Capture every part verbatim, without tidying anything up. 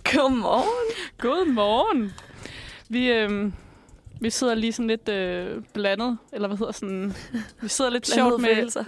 Godmorgen. Godmorgen. Vi, øh, vi sidder lige sådan lidt øh, blandet, eller hvad hedder sådan... Vi sidder lidt sjovt med... følelser.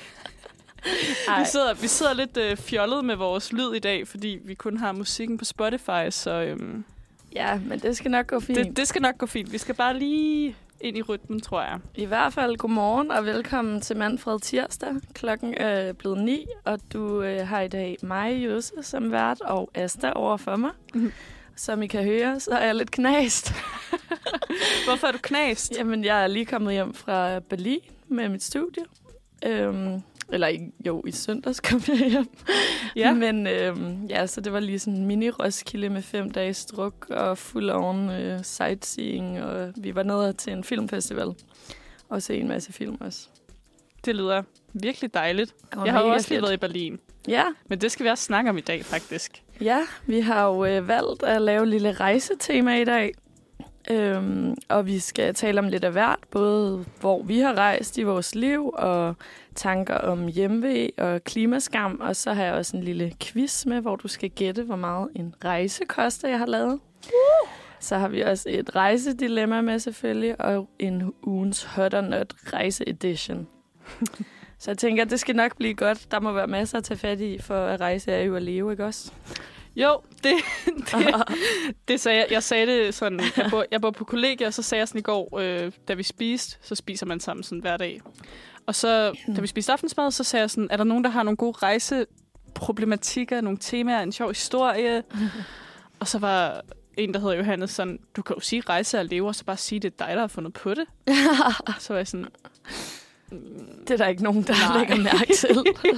vi, sidder, vi sidder lidt øh, fjollet med vores lyd i dag, fordi vi kun har musikken på Spotify, så... Øh, Ja, men det skal nok gå fint. det, det skal nok gå fint. Vi skal bare lige ind i rytmen, tror jeg. I hvert fald godmorgen og velkommen til Manfred Tirsdag. Klokken er blevet ni, og du øh, har i dag mig, Jose, som vært, og Asta over for mig. Mm. Som I kan høre, så er jeg lidt knast. Hvorfor er du knast? Jamen, jeg er lige kommet hjem fra Berlin med mit studie. Øhm, eller jo, i søndags kom jeg hjem. Ja. Men øhm, ja, så det var lige sådan en mini-Roskilde med fem dages druk og fuld oven øh, sightseeing. Og vi var nede til en filmfestival og se en masse film også. Det lyder virkelig dejligt. Jeg har jo også lige været i Berlin. Ja. Men det skal vi også snakke om i dag, faktisk. Ja, vi har jo øh, valgt at lave et lille rejsetema i dag. Øhm, og vi skal tale om lidt af hvert, både hvor vi har rejst i vores liv, og tanker om hjemve og klimaskam. Og så har jeg også en lille quiz med, hvor du skal gætte, hvor meget en rejse koster, jeg har lavet. Uh! Så har vi også et rejsedilemma med selvfølgelig, og en ugens hot or not rejse edition. Så jeg tænker, at det skal nok blive godt. Der må være masser at tage fat i, for at rejse er jo at leve, ikke også? Jo, det, det, det sagde jeg. Jeg sagde det sådan, jeg bor, jeg bor på kollegie, og så sagde jeg sådan i går, øh, da vi spiste, så spiser man sammen sådan hver dag. Og så, da vi spiste aftensmad, så sagde jeg sådan, er der nogen, der har nogle gode rejseproblematikker, nogle temaer, en sjov historie? Og så var en, der hedder Johannes, sådan, du kan jo sige rejse og leve, og så bare sige, det er dig, der har fundet på det. Så var jeg sådan... Det er der ikke nogen, der Nej. lægger mærke til.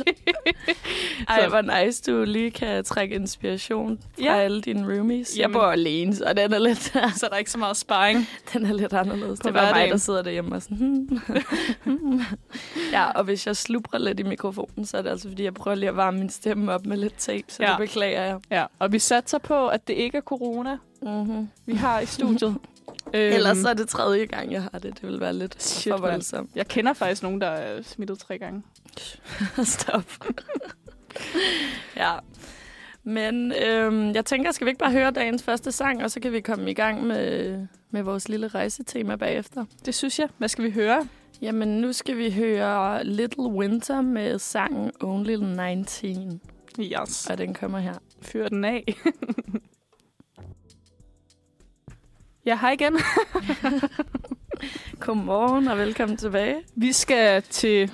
Ej, hvor nice, du lige kan trække inspiration fra ja. alle dine roomies. Jeg bor alene, så den er lidt... så er der ikke så meget sparring. Den er lidt anderledes. Det var mig, der sidder derhjemme og sådan... ja, og hvis jeg slubrer lidt i mikrofonen, så er det altså, fordi jeg prøver lige at varme min stemme op med lidt tape, så ja. det beklager jeg. Ja, og vi satser på, at det ikke er corona, mm-hmm. vi har i studiet. Øhm, Ellers så er det tredje gang, jeg har det. Det vil være lidt Shit, for voldsomt. Jeg kender faktisk nogen, der er smittet tre gange. Stop. Ja. Men øhm, jeg tænker, skal vi ikke bare høre dagens første sang, og så kan vi komme i gang med, med vores lille rejsetema bagefter. Det synes jeg. Hvad skal vi høre? Jamen, nu skal vi høre Little Winter med sangen Only nitten. Yes. Og den kommer her. Fyr den af. Ja, hej igen. Godmorgen og velkommen tilbage. Vi skal til...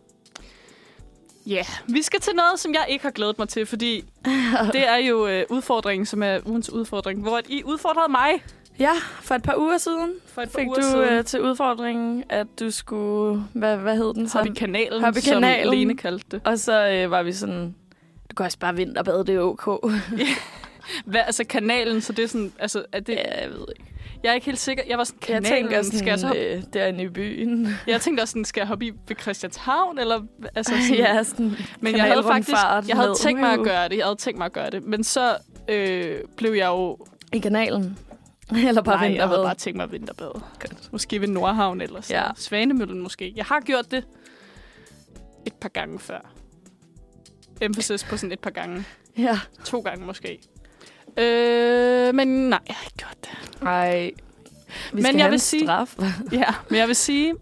Ja, yeah, vi skal til noget, som jeg ikke har glædet mig til, fordi det er jo øh, udfordringen, som er ugens udfordring, hvor I udfordrede mig. Ja, for et par uger siden for et par fik uger du siden. Øh, til udfordringen, at du skulle... Hvad, hvad hed den? Hoppe i kanalen, Hoppe i kanalen, som Lene kaldte det. Og så øh, var vi sådan... Du kan også bare vinterbade, det er ok. Hvad, altså kanalen, så det er sådan... Altså, er det, ja, jeg ved ikke. Jeg er ikke helt sikker. Jeg var sådan, kanalen, jeg tænkte sådan, skal jeg så hoppe... øh, derinde i byen. Jeg tænkte også sådan, skal jeg hoppe i ved Christianshavn? Eller, altså sådan... ja, sådan men jeg havde faktisk... Jeg havde tænkt mig at gøre det. Jeg havde tænkt mig at gøre det. Men så øh, blev jeg jo... I kanalen? Eller bare Nej, vinterbade? jeg havde bare tænkt mig at vinterbade. Godt. Måske ved Nordhavn eller sådan. Ja. Svanemøllen måske. Jeg har gjort det et par gange før. Emphasis på sådan et par gange. Ja. To gange måske. Øh, men nej, jeg har ikke gjort det. Nej. Vi men skal jeg have vil en sige, straf. ja, men jeg vil sige,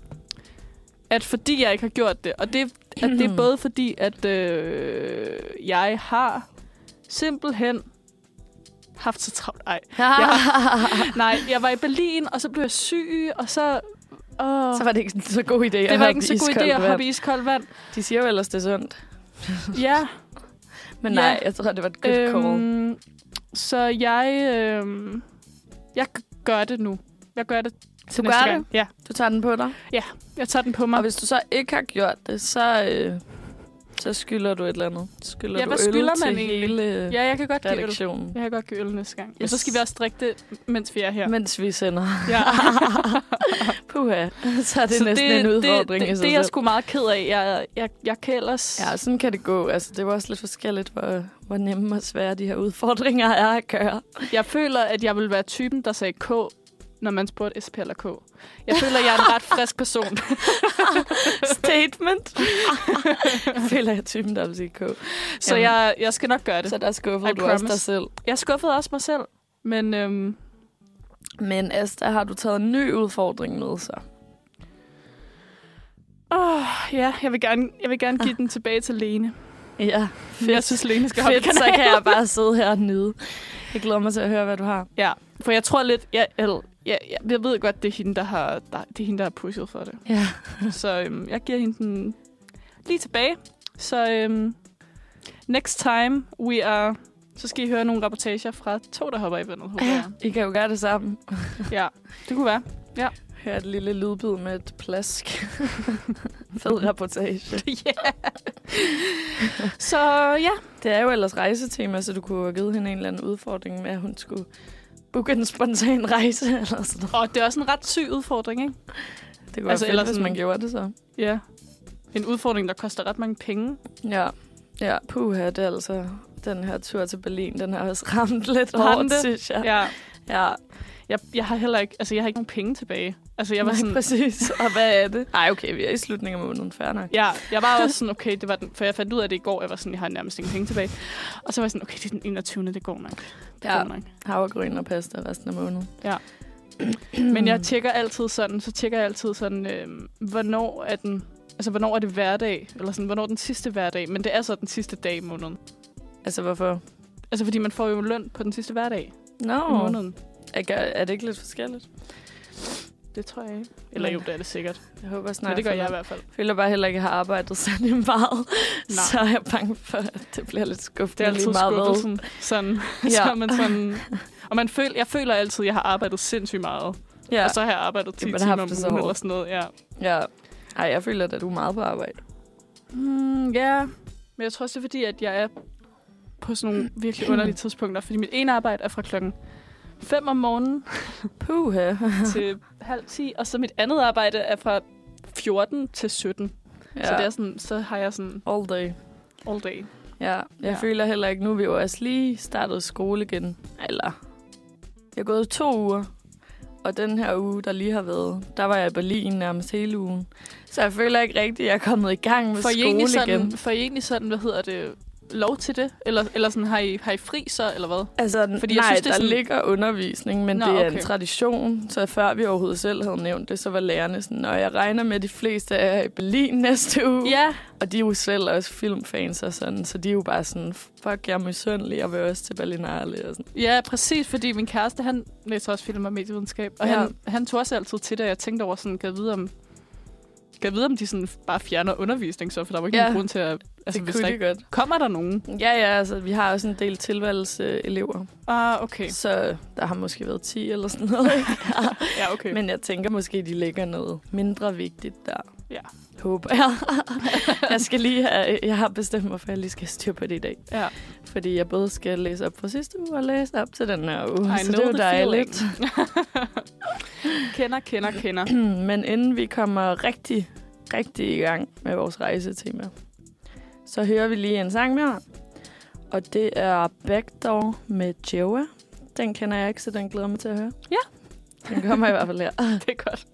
at fordi jeg ikke har gjort det, og det, at det er både fordi, at øh, jeg har simpelthen haft så travlt. Ej. Jeg, nej, jeg var i Berlin, og så blev jeg syg, og så... Åh, så var det ikke så god idé det at var ikke så god idé at hoppe i iskoldt vand. De siger jo ellers, det er sundt. Ja. Men nej, ja. jeg tror, det var et good call. Øhm, så jeg... Øhm, jeg gør det nu. Jeg gør det til du næste gør gang. Det? Ja. Du tager den på dig? Ja, jeg tager den på mig. Og hvis du så ikke har gjort det, så, øh, så skylder du et eller andet. Skylder ja, du hvad øl skylder til man hele ja, jeg kan godt redaktionen. Give øl. Jeg kan godt give øl næste gang. Yes. Og Yes. så skal vi også drikke det, mens vi er her. Mens vi sender. Ja. Puha, så er det så næsten det, en udfordring det, i det, sig det er jeg selv. sgu meget ked af. Jeg, jeg, jeg kan ellers... Ja, sådan kan det gå. Altså, det var også lidt forskelligt, hvor, hvor nemme og svære de her udfordringer er at gøre. Jeg føler, at jeg vil være typen, der sagde K når man spurgte S P eller K. Jeg føler, jeg er en ret frisk person. Statement. Jeg føler, jeg er typen, der vil sige K. Så jeg, jeg skal nok gøre det. Så der skuffede I du promise. også dig selv. Jeg skuffede også mig selv. Men, øhm, Men Asta, har du taget en ny udfordring med så? åh, ja, jeg vil gerne, jeg vil gerne give den tilbage til Lene. Ja, Fedt. Jeg synes, Lene skal Fedt, hoppe så kan jeg bare sidde her og nyde. Jeg glæder mig til at høre, hvad du har. Ja, for jeg tror lidt... Jeg, jeg, jeg, jeg ved godt, det er hende, der har, der, det er hende, der har pushet for det. Ja. Så øhm, jeg giver hende den lige tilbage. Så øhm, next time we are... Så skal I høre nogle rapportager fra to, der hopper i vandet. håber Ja, jeg. I kan jo gøre det sammen. Ja, det kunne være. Ja. Hør et lille lydbid med et plask. Fed reportage. Yeah. Så ja. Det er jo ellers rejsetema, så du kunne have givet hende en eller anden udfordring med, at hun skulle booke en spontan rejse eller sådan noget. Og det er også en ret syg udfordring, ikke? Det kunne Altså, være eller fedt, hvis sådan- man gjorde det så. Ja. En udfordring, der koster ret mange penge. Ja, ja puha, det er altså... Den her tur til Berlin, den har også ramt lidt Har den hårdt, det? synes jeg. Ja. Ja, Jeg, jeg har heller ikke... Altså, jeg har ikke nogen penge tilbage. Altså, jeg var nej, sådan... præcis. Og hvad er det? Ej, okay, vi er i slutningen af måneden, fair nok. Ja, jeg var også sådan, okay, det var den, for jeg fandt ud af det i går, jeg var sådan, jeg har nærmest ingen penge tilbage. Og så var jeg sådan, okay, det er den enogtyvende, det går nok. Det Ja. går nok. Havregryn og pasta resten af måneden. Ja. Men jeg tjekker altid sådan, så tjekker jeg altid sådan, øh, hvornår er den, altså hvornår er det hverdag, eller sådan, hvornår er den sidste hverdag, men det er så den sidste dag i måneden. Altså, hvorfor? Altså, fordi man får jo løn på den sidste hverdag Nå, i måneden. er, er det ikke lidt forskelligt? Det tror jeg ikke. Eller jo, det er det sikkert. Jeg håber snart. Men det gør jeg i jeg hvert fald. føler bare heller ikke, at jeg har arbejdet særlig meget. Nej. Så er jeg bange for, at det bliver lidt skuffende. Det er altid lige meget hvad. skuffelsen. Sådan, Ja. så er man sådan... Og man føl, jeg føler altid, at jeg har arbejdet sindssygt meget. Ja, Og så har jeg arbejdet ti Jamen, timer haft om det så ugen hårdt. eller sådan noget. Ja. ja. Ej, jeg føler, at du er meget på arbejde. Mm, ja, men jeg tror også, det er fordi, at jeg er på sådan nogle virkelig underlige tidspunkter. Fordi mit ene arbejde er fra klokken fem om morgenen Puha. til halv ti, og så mit andet arbejde er fra fjorten til sytten. Ja. Så det er sådan, så har jeg sådan all day. all day. Ja, jeg Ja. føler heller ikke, nu er vi jo også lige startet skole igen. Eller, jeg har gået to uger. Og den her uge, der lige har været, der var jeg i Berlin nærmest hele ugen. Så jeg føler ikke rigtigt, at jeg er kommet i gang med Får I skole egentlig igen. sådan, får I egentlig sådan, hvad hedder det, lov til det? Eller, eller sådan, har I, har I fri så, eller hvad? Altså, Fordi jeg nej, synes, det er der sådan- ligger undervisning, men Nå, det er okay. en tradition. Så før vi overhovedet selv havde nævnt det, så var lærerne sådan, og jeg regner med, at de fleste er i Berlin næste uge. Ja, Og de er jo selv også filmfans og sådan, så de er jo bare sådan, fuck, jeg er misundelig, og vil også til Berlinale og sådan. ja, præcis, fordi min kæreste, han læser også film og medievidenskab, og Ja. han, han tog også altid til det, og jeg tænkte over sådan, kan jeg vide om, kan jeg vide, om de sådan bare fjerner undervisning så, for der var ikke Ja, nogen grund til at... Altså, Det hvis kunne der de ikke, godt. kommer der nogen? Ja, ja, altså, vi har også en del tilvalgselever, Ah, okay. så der har måske været ti eller sådan noget. Ikke? Ja, okay. Men jeg tænker måske, de lægger noget mindre vigtigt der. Ja. Håber jeg. jeg skal lige have, jeg har bestemt mig for, at jeg lige skal styre på det i dag. Ja. Fordi jeg både skal læse op fra sidste uge og læse op til den her uge. I så det know er jo the dejligt. kender, kender, kender. Men inden vi kommer rigtig, rigtig i gang med vores rejsetema, så hører vi lige en sang mere. Og det er Backdoor med Joa. Den kender jeg ikke, så den glæder mig til at høre. Ja. Den kommer i hvert fald her. Det er godt.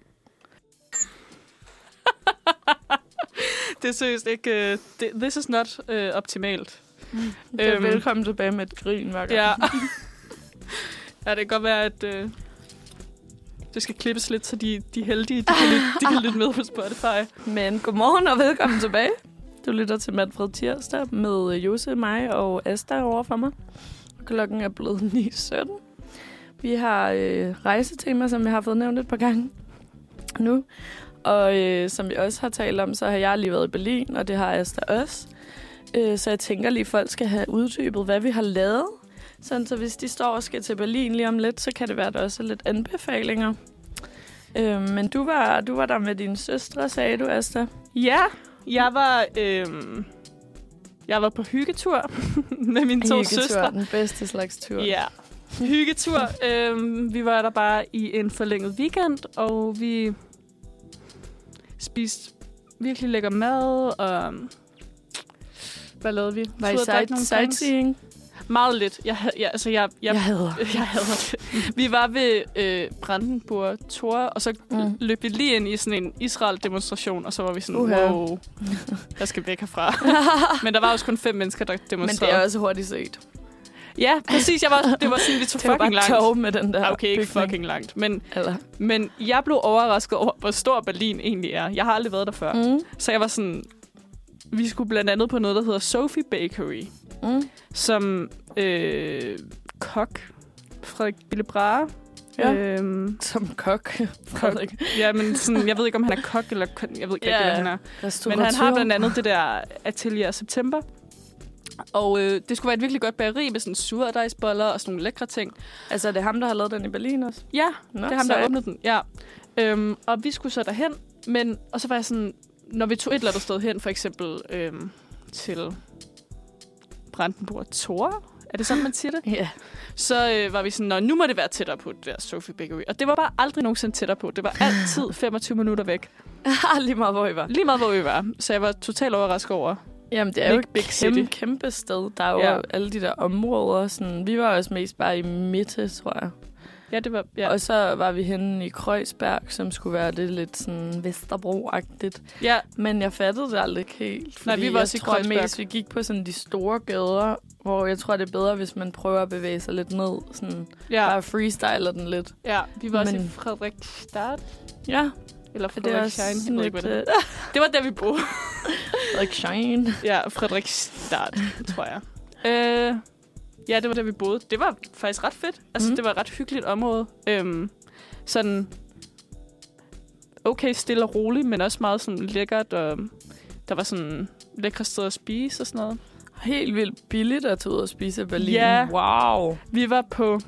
Det er seriøst ikke... Uh, det, this is not uh, optimalt. Det er Øhm. velkommen tilbage med et grin hver gang. Ja. Ja, det kan godt være, at uh, det skal klippes lidt, så de, de heldige, de kan, lytte, de kan lytte med på Spotify. Men godmorgen og velkommen tilbage. Du lytter til Manfred Tirsdag med Jose, mig og Asta over for mig. Klokken er blevet ni sytten. Vi har øh, rejsetema, som jeg har fået nævnt et par gange nu. Og øh, som vi også har talt om, så har jeg lige været i Berlin, og det har Asta også. Øh, så jeg tænker lige, at folk skal have uddybet, hvad vi har lavet. Sådan, så hvis de står og skal til Berlin lige om lidt, så kan det være, at der også er lidt anbefalinger. Øh, men du var, du var der med dine søstre, sagde du, Asta. Ja, jeg var, øh, jeg var på hyggetur med mine to Hyggetur, søstre. den bedste slags tur. Ja, hyggetur. øhm, vi var der bare i en forlænget weekend, og vi spiste virkelig lækker mad, og hvad lavede vi? Var I Tog og drak nogle sight- drinks. sightseeing? Meget lidt. Jeg, jeg, altså, jeg, jeg, Jeg hader. jeg hader det. Vi var ved øh, Brandenburg Tor, og så mm. løb vi lige ind i sådan en Israel-demonstration, og så var vi sådan, Uh-huh. wow, jeg skal væk herfra. Men der var også kun fem mennesker, der demonstrerede. Men det er også hurtigt set. Ja, præcis. Jeg var, det var sådan lidt så Det var fucking bare langt. tog med den der Okay, ikke bygning. fucking langt. Men, Eller? men jeg blev overrasket over, hvor stor Berlin egentlig er. Jeg har aldrig været der før. Mm. Så jeg var sådan... Vi skulle blandt andet på noget, der hedder Sophie Bakery. Mm. Som øh, kok Frederik Bille-Brahe. Ja. Øhm, Som kok. Frederik. ja, men sådan, jeg ved ikke, om han er kok, eller jeg ved ikke, Ja, hvad han er. Men han har blandt andet det der Atelier September. Og øh, det skulle være et virkelig godt bageri med sådan surdejsboller og sådan nogle lækre ting. Altså, er det ham, der har lavet den i Berlin også? Ja, Nå, det er ham, der sejt. åbnede den. Ja. Øhm, og vi skulle så derhen, men og så var jeg sådan, når vi tog et eller andet sted hen, for eksempel øhm, til Brandenburg Tor, er det sådan, man siger det? Ja. Så øh, var vi sådan, nå, nu må det være tættere på det der Sophie Bakery. Og det var bare aldrig nogensinde tættere på. Det var altid femogtyve minutter væk. Lige meget, hvor I var. Lige meget, hvor vi var. Så jeg var totalt overrasket over. Jamen, det er Big, jo et big kæmpe, city. kæmpe sted. Der er jo Ja. alle de der områder. Sådan. Vi var også mest bare i midte, tror jeg. Ja, det var... Ja, Ja. Og så var vi henne i Kreuzberg, som skulle være det lidt sådan Vesterbro-agtigt. ja, Men jeg fattede det aldrig helt. Fordi Nej, vi var jeg også i tror Kreuzberg. mest, vi gik på sådan de store gader, hvor jeg tror, det er bedre, hvis man prøver at bevæge sig lidt ned. Sådan, ja, bare freestyler den lidt. ja. Vi var også Men- i Frederiksstad. Ja, Eller det er også Frederikshavn. Jeg ved ikke, lidt... hvad det Uh, Det var der, vi boede. like shine. Ja, Frederiksstad, tror jeg. Øh, ja, det var der, vi boede. Det var faktisk ret fedt. Altså, Mhm. mm. det var et ret hyggeligt område. Øhm, sådan okay stille og roligt, men også meget sådan lækkert. Og der var sådan lækre steder at spise og sådan noget. Helt vildt billigt at tage ud og spise i Berlin. Ja. Wow. Vi var på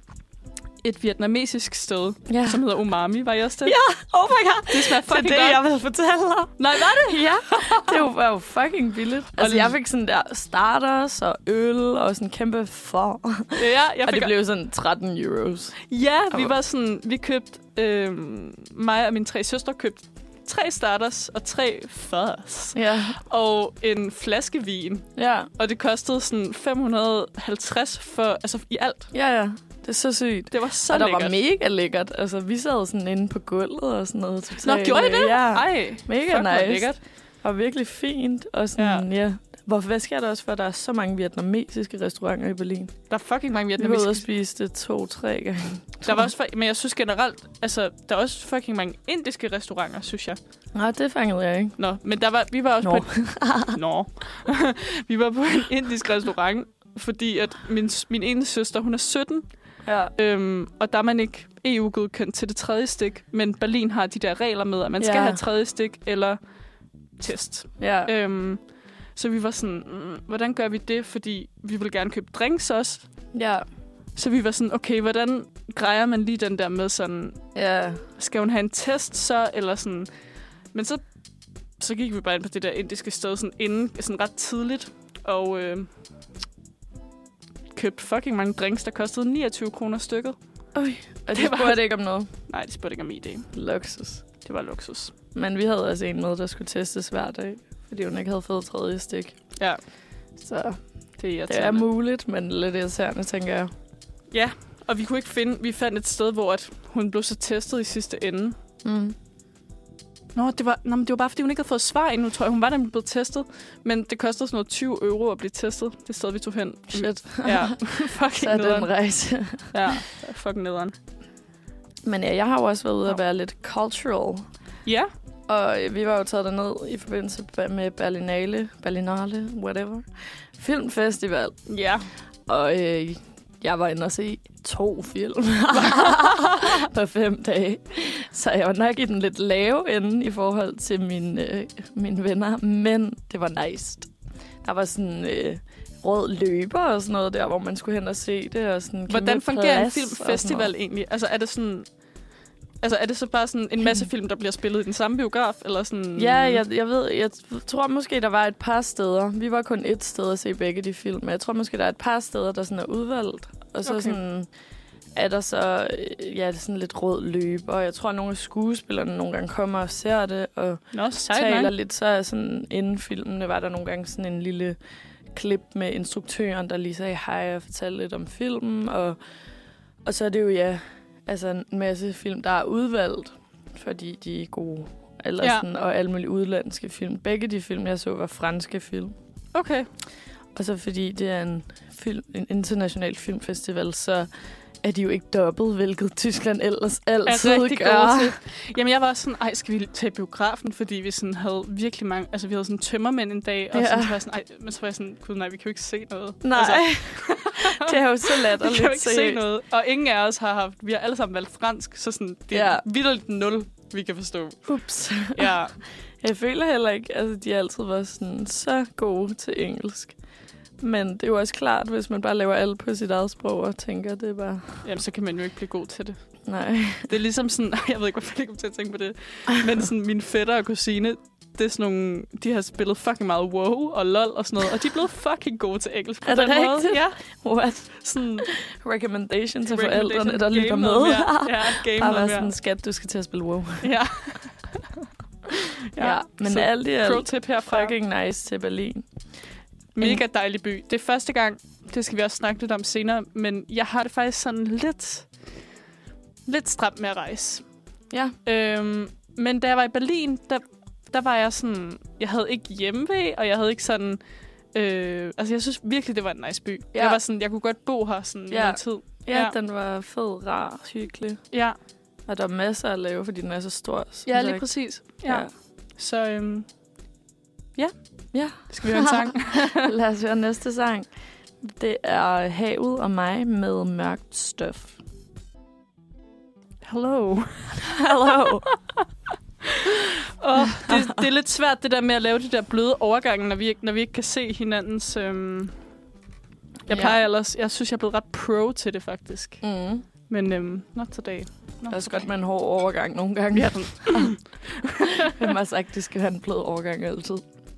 et vietnamesisk sted, Ja. som hedder Umami. Var I også det? Ja, oh my god. Det smager Det er fucking det, godt. jeg vil fortælle dig. Nej, var det? Ja, det var jo fucking billigt. Altså, jeg fik sådan der starters og øl og sådan kæmpe for. Ja, jeg Og fik det blev sådan tretten euros. Ja, vi var sådan, vi købte, øh, mig og mine tre søstre købte tre starters og tre fars Ja, og en flaske vin. ja, Og det kostede sådan fem hundrede og halvtreds for, altså i alt. ja, ja. Det er så sygt. Det var så Og der lækkert. var mega lækkert. Altså, vi sad sådan inde på gulvet og sådan noget. Totalt. Nå, gjorde I det? Ja, Ej, mega fuck, hvor nice. lækkert. Og virkelig fint. Og sådan, ja. ja. Hvorfor, hvad sker der også for, at der er så mange vietnamesiske restauranter i Berlin? Der er fucking mange Vi var ude og vietnamesiske. spise det to-tre gange. Der var også, for- men jeg synes generelt, altså, der er også fucking mange indiske restauranter, synes jeg. Nej, det fangede jeg ikke. Nå, men der var, vi var også Nå. på et, Nå. Vi var på en indisk restaurant, fordi at min, min ene søster, hun er sytten, Ja. øhm, og der er man ikke E U-godkendt til det tredje stik, men Berlin har de der regler med, at man skal Ja. have tredje stik eller test. Ja. Øhm, så vi var sådan, mm, hvordan gør vi det? Fordi vi ville gerne købe drinks også. Ja. Så vi var sådan, okay, hvordan grejer man lige den der med sådan, Ja. skal hun have en test så, eller sådan. Men så, så gik vi bare ind på det der indiske sted sådan inden, sådan ret tidligt, og øh, købte fucking mange drinks, der kostede niogtyve kroner stykket. Oj. Og Det det var- spurgte ikke om noget. Nej, det spurgte ikke om I D. Luksus. Det var luksus. Men vi havde også en med, der skulle testes hver dag, fordi hun ikke havde fået tredje stik. Ja, Så det er det er irriterende. muligt, men lidt irriterende, tænker jeg. Ja, og vi kunne ikke finde, vi fandt et sted, hvor at hun blev så testet i sidste ende. Mm. Nå, det var, nå, men det var bare, fordi hun ikke havde fået svar endnu, tror jeg. Hun var nemlig blevet testet, men det kostede sådan noget tyve euro at blive testet. Det sted, vi tog hen. Shit. Ja, fucking Så er det nederen. en rejse. Ja, fucking nederen. Men ja, jeg har jo også været ude at være lidt cultural. Ja, Og øh, vi var jo taget derned i forbindelse med Berlinale, Berlinale, whatever, filmfestival. ja. Og øh, jeg var inde og se to film på fem dage. Så jeg var nok i den lidt lave ende i forhold til mine, øh, mine venner. Men det var nice. Der var sådan øh, rød løber og sådan noget der, hvor man skulle hen og se det. Og sådan Hvordan fungerer en plads og sådan filmfestival noget. egentlig? Altså, er det sådan... Altså, er det så bare sådan en masse film, der bliver spillet i den samme biograf? Eller sådan... Ja, jeg, jeg ved, jeg tror måske, der var et par steder. Vi var kun et sted at se begge de film, men jeg tror måske, der er et par steder, der sådan er udvalgt. Og så Okay. sådan, er der så øh, ja, sådan lidt rød løber. Jeg tror, at nogle af skuespillerne nogle gange kommer og ser det, og Nå, sejt taler nok. lidt. Så er sådan, inden filmene var der nogle gange sådan en lille klip med instruktøren, der lige sagde hej og fortalte lidt om filmen. Og, og så er det jo, ja, altså en masse film, der er udvalgt, fordi de er gode. Eller Ja. sådan, og alle mulige udlandske film. Begge de film, jeg så, var franske film. Okay. Og så fordi det er en, film, en international filmfestival, så er de jo ikke dobbelt, hvilket Tyskland ellers altid er rigtig gør. gode til. Jamen, jeg var også sådan, ej, skal vi tage biografen? Fordi vi sådan havde virkelig mange... Altså, vi havde sådan tømmermænd en dag, og Ja. sådan, så var jeg sådan, ej, men så var jeg sådan, gud nej, vi kan jo ikke se noget. Nej, Altså, det er jo så vi latterligt. kan jo ikke se seriøst. noget. Og ingen af os har haft... Vi har alle sammen valgt fransk, så sådan, det er Ja. ja. vitterligt nul, vi kan forstå. Ups. Ja. Jeg føler heller ikke, altså de har altid været sådan så gode til engelsk. Men det er jo også klart, hvis man bare laver alt på sit eget sprog og tænker, det er bare... Jamen, så kan man jo ikke blive god til det. Nej. Det er ligesom sådan... Jeg ved ikke, hvorfor jeg kom til at tænke på det. Men sådan, min fætter og kusine, det er sådan nogle... De har spillet fucking meget WoW og LOL og sådan noget. Og de er blevet fucking gode til engelsk på Er det den måde. rigtigt? Ja. What? Sådan... Recommendation til recommendation, forældrene, der game lytter noget med. mere. Ja, game Bare noget være mere. sådan, skat, du skal til at spille WoW. Ja. Ja, men så alt i pro alt tip herfra. fucking nice til Berlin. Mega dejlig by. Det er første gang, det skal vi også snakke lidt om senere, men jeg har det faktisk sådan lidt, lidt stramt med at rejse. Ja. Øhm, men da jeg var i Berlin, der, der var jeg sådan, jeg havde ikke hjemmevæg, og jeg havde ikke sådan, øh, altså jeg synes virkelig, det var en nice by. Ja. Jeg var sådan, jeg kunne godt bo her sådan Ja. ja. noget tid. Ja, Ja. den var fed, rar, hyggelig. Ja, Og der er masser at lave, fordi den er så stor. synes ja lige jeg. præcis. Ja. Ja. ja. Så øhm, ja, Ja. skal vi høre en sang? Lad os høre næste sang. Det er Havet og mig med Mørkt Stof. Hello. Hello. Oh, det, det er lidt svært, det der med at lave de der bløde overgange, når vi ikke, når vi ikke kan se hinandens... Øhm... Jeg plejer Ja. ellers... Jeg synes, jeg er blevet ret pro til det, faktisk. Mm. Men øhm, not today. Not Det er også today. godt med en hård overgang nogle gange. Ja. Hvem har sagt, at det skal have en blød overgang altid?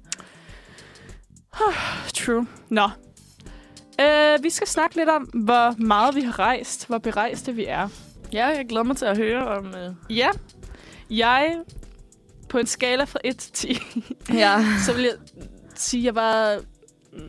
True. Nå. Øh, vi skal snakke lidt om, hvor meget vi har rejst. Hvor berejste vi er. Ja, jeg glæder mig til at høre om... Uh... Ja. Jeg... På en skala fra et til ti, Ja. så vil jeg sige, at jeg var... mm,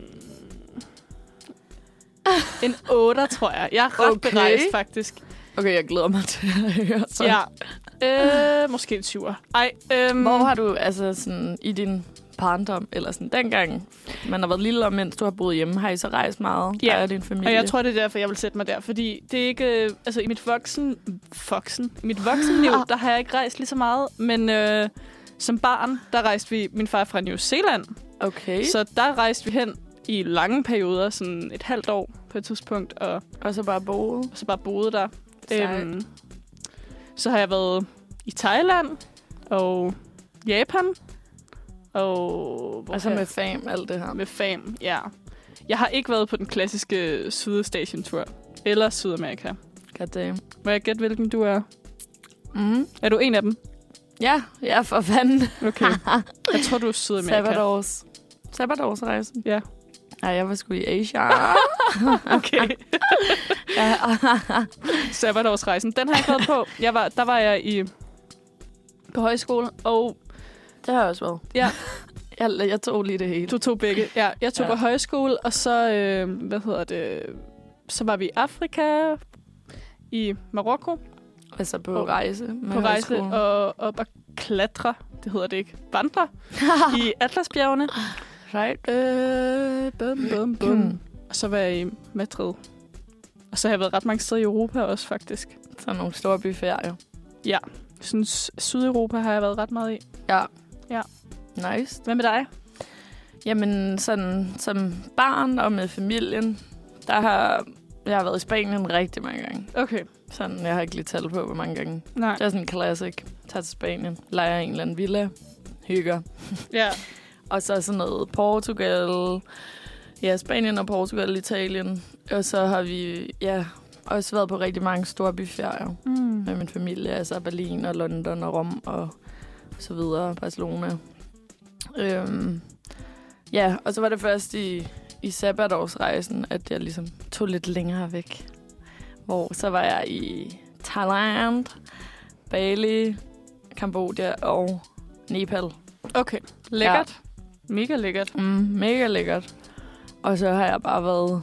En otter, tror jeg. Jeg er ret Okay. berejst, faktisk. Okay, jeg glæder mig til at høre. Så. Ja. Øh, måske en syver. Ej, øhm, Hvor har du, altså sådan, i din barndom, eller sådan dengang, man har været lille, og mens du har boet hjemme, har I så rejst meget? Ja. Der er din familie. Og jeg tror, det er derfor, jeg vil sætte mig der. Fordi det er ikke... Øh, altså, i mit voksen... Voksen? I mit voksenliv, der har jeg ikke rejst lige så meget. Men øh, som barn, der rejste vi... Min far er fra New Zealand. Okay. Så der rejste vi hen i lange perioder. Sådan et halvt år på et tidspunkt. Og Og så bare boet. så bare boede der. Sejt. Øhm, så har jeg været i Thailand. Og Japan. Og... hvor Altså har jeg- med fam, alt det her. Med fam, ja. Jeg har ikke været på den klassiske Sydøstasien-tur. Eller Sydamerika. Goddamn. Må jeg gætte, hvilken du er? Mm. Er du en af dem? Ja, ja, for fanden. Okay. Jeg tror, du er Sydamerika. Sabbatårs. Sabbatårsrejsen. Ja. Nej, jeg var sgu i Asia. Okay. ja. Sabbatårsrejsen. Den har jeg ikke været på. Jeg var, der var jeg i på højskole, og Det har jeg også været. ja, Jeg, jeg tog lige det hele. du tog begge. Ja, jeg tog Ja. ja. på højskole, og så, øh, hvad hedder det, så var vi i Afrika, i Marokko, Altså på På- rejse. Med på rejse, højskolen. og op og klatre, det hedder det ikke, vandre, i Atlasbjergene. Right. Øh, bum, bum, bum. Og så var jeg i Madrid. Og så har jeg været ret mange steder i Europa også, faktisk. Så nogle store byferier. Jeg synes, Sydeuropa har jeg været ret meget i. Ja. Ja. Nice. Hvad med dig? Jamen, sådan som barn og med familien, der har jeg har været i Spanien rigtig mange gange. Okay. Sådan, jeg har ikke lige tal på, hvor mange gange. Nej. Det er sådan en classic. Tager til Spanien, leger en eller anden villa, hygger. Ja. Og så sådan noget Portugal. Ja, Spanien og Portugal, Italien. Og så har vi, ja, også været på rigtig mange store byferier Mm. med min familie. Altså Berlin og London og Rom og så videre. Barcelona. Øhm, ja, og så var det først i, i sabbatårsrejsen, at jeg ligesom tog lidt længere væk. Hvor så var jeg i Thailand, Bali, Cambodia og Nepal. Okay. Lækkert. Ja. Mega lækkert. Mm, mega lækkert. Og så har jeg bare været...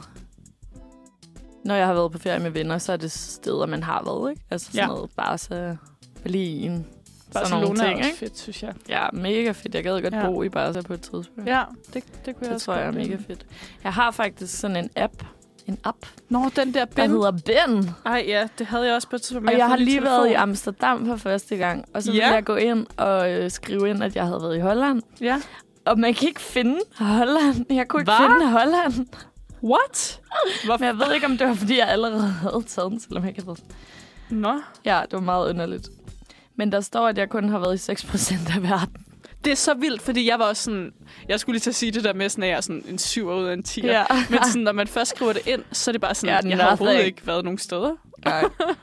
Når jeg har været på ferie med venner, så er det steder, man har været, ikke? Altså sådan ja. noget Barca, Berlin, Barcelona ting, er også ikke? fedt, synes jeg. Ja, mega fedt. Jeg gad godt ja. bo i Barca på et tidspunkt. Ja, det, det kunne jeg det også tror jeg er mega fedt. Jeg har faktisk sådan en app. En app. Nå, den der Ben. Der hedder Ben. Ej, ja, det havde jeg også på et tidspunkt. Og jeg, jeg har lige telefon. været i Amsterdam for første gang. Og så ja. ville jeg gå ind og øh, skrive ind, at jeg havde været i Holland. Ja. Og man kan ikke finde Holland. Jeg kunne ikke Hva? finde Holland. What? Men jeg ved ikke, om det var, fordi jeg allerede havde taget den, selvom jeg ikke havde været. Nå. Ja, det var meget underligt. Men der står, at jeg kun har været i seks procent af verden. Det er så vildt, fordi jeg var også sådan... Jeg skulle lige til at sige det der med, sådan, at jeg er sådan en syv ud af en ti. Ja. Men sådan, når man først skriver det ind, så er det bare sådan, ja, jeg har overhovedet ikke været nogen steder. Nej.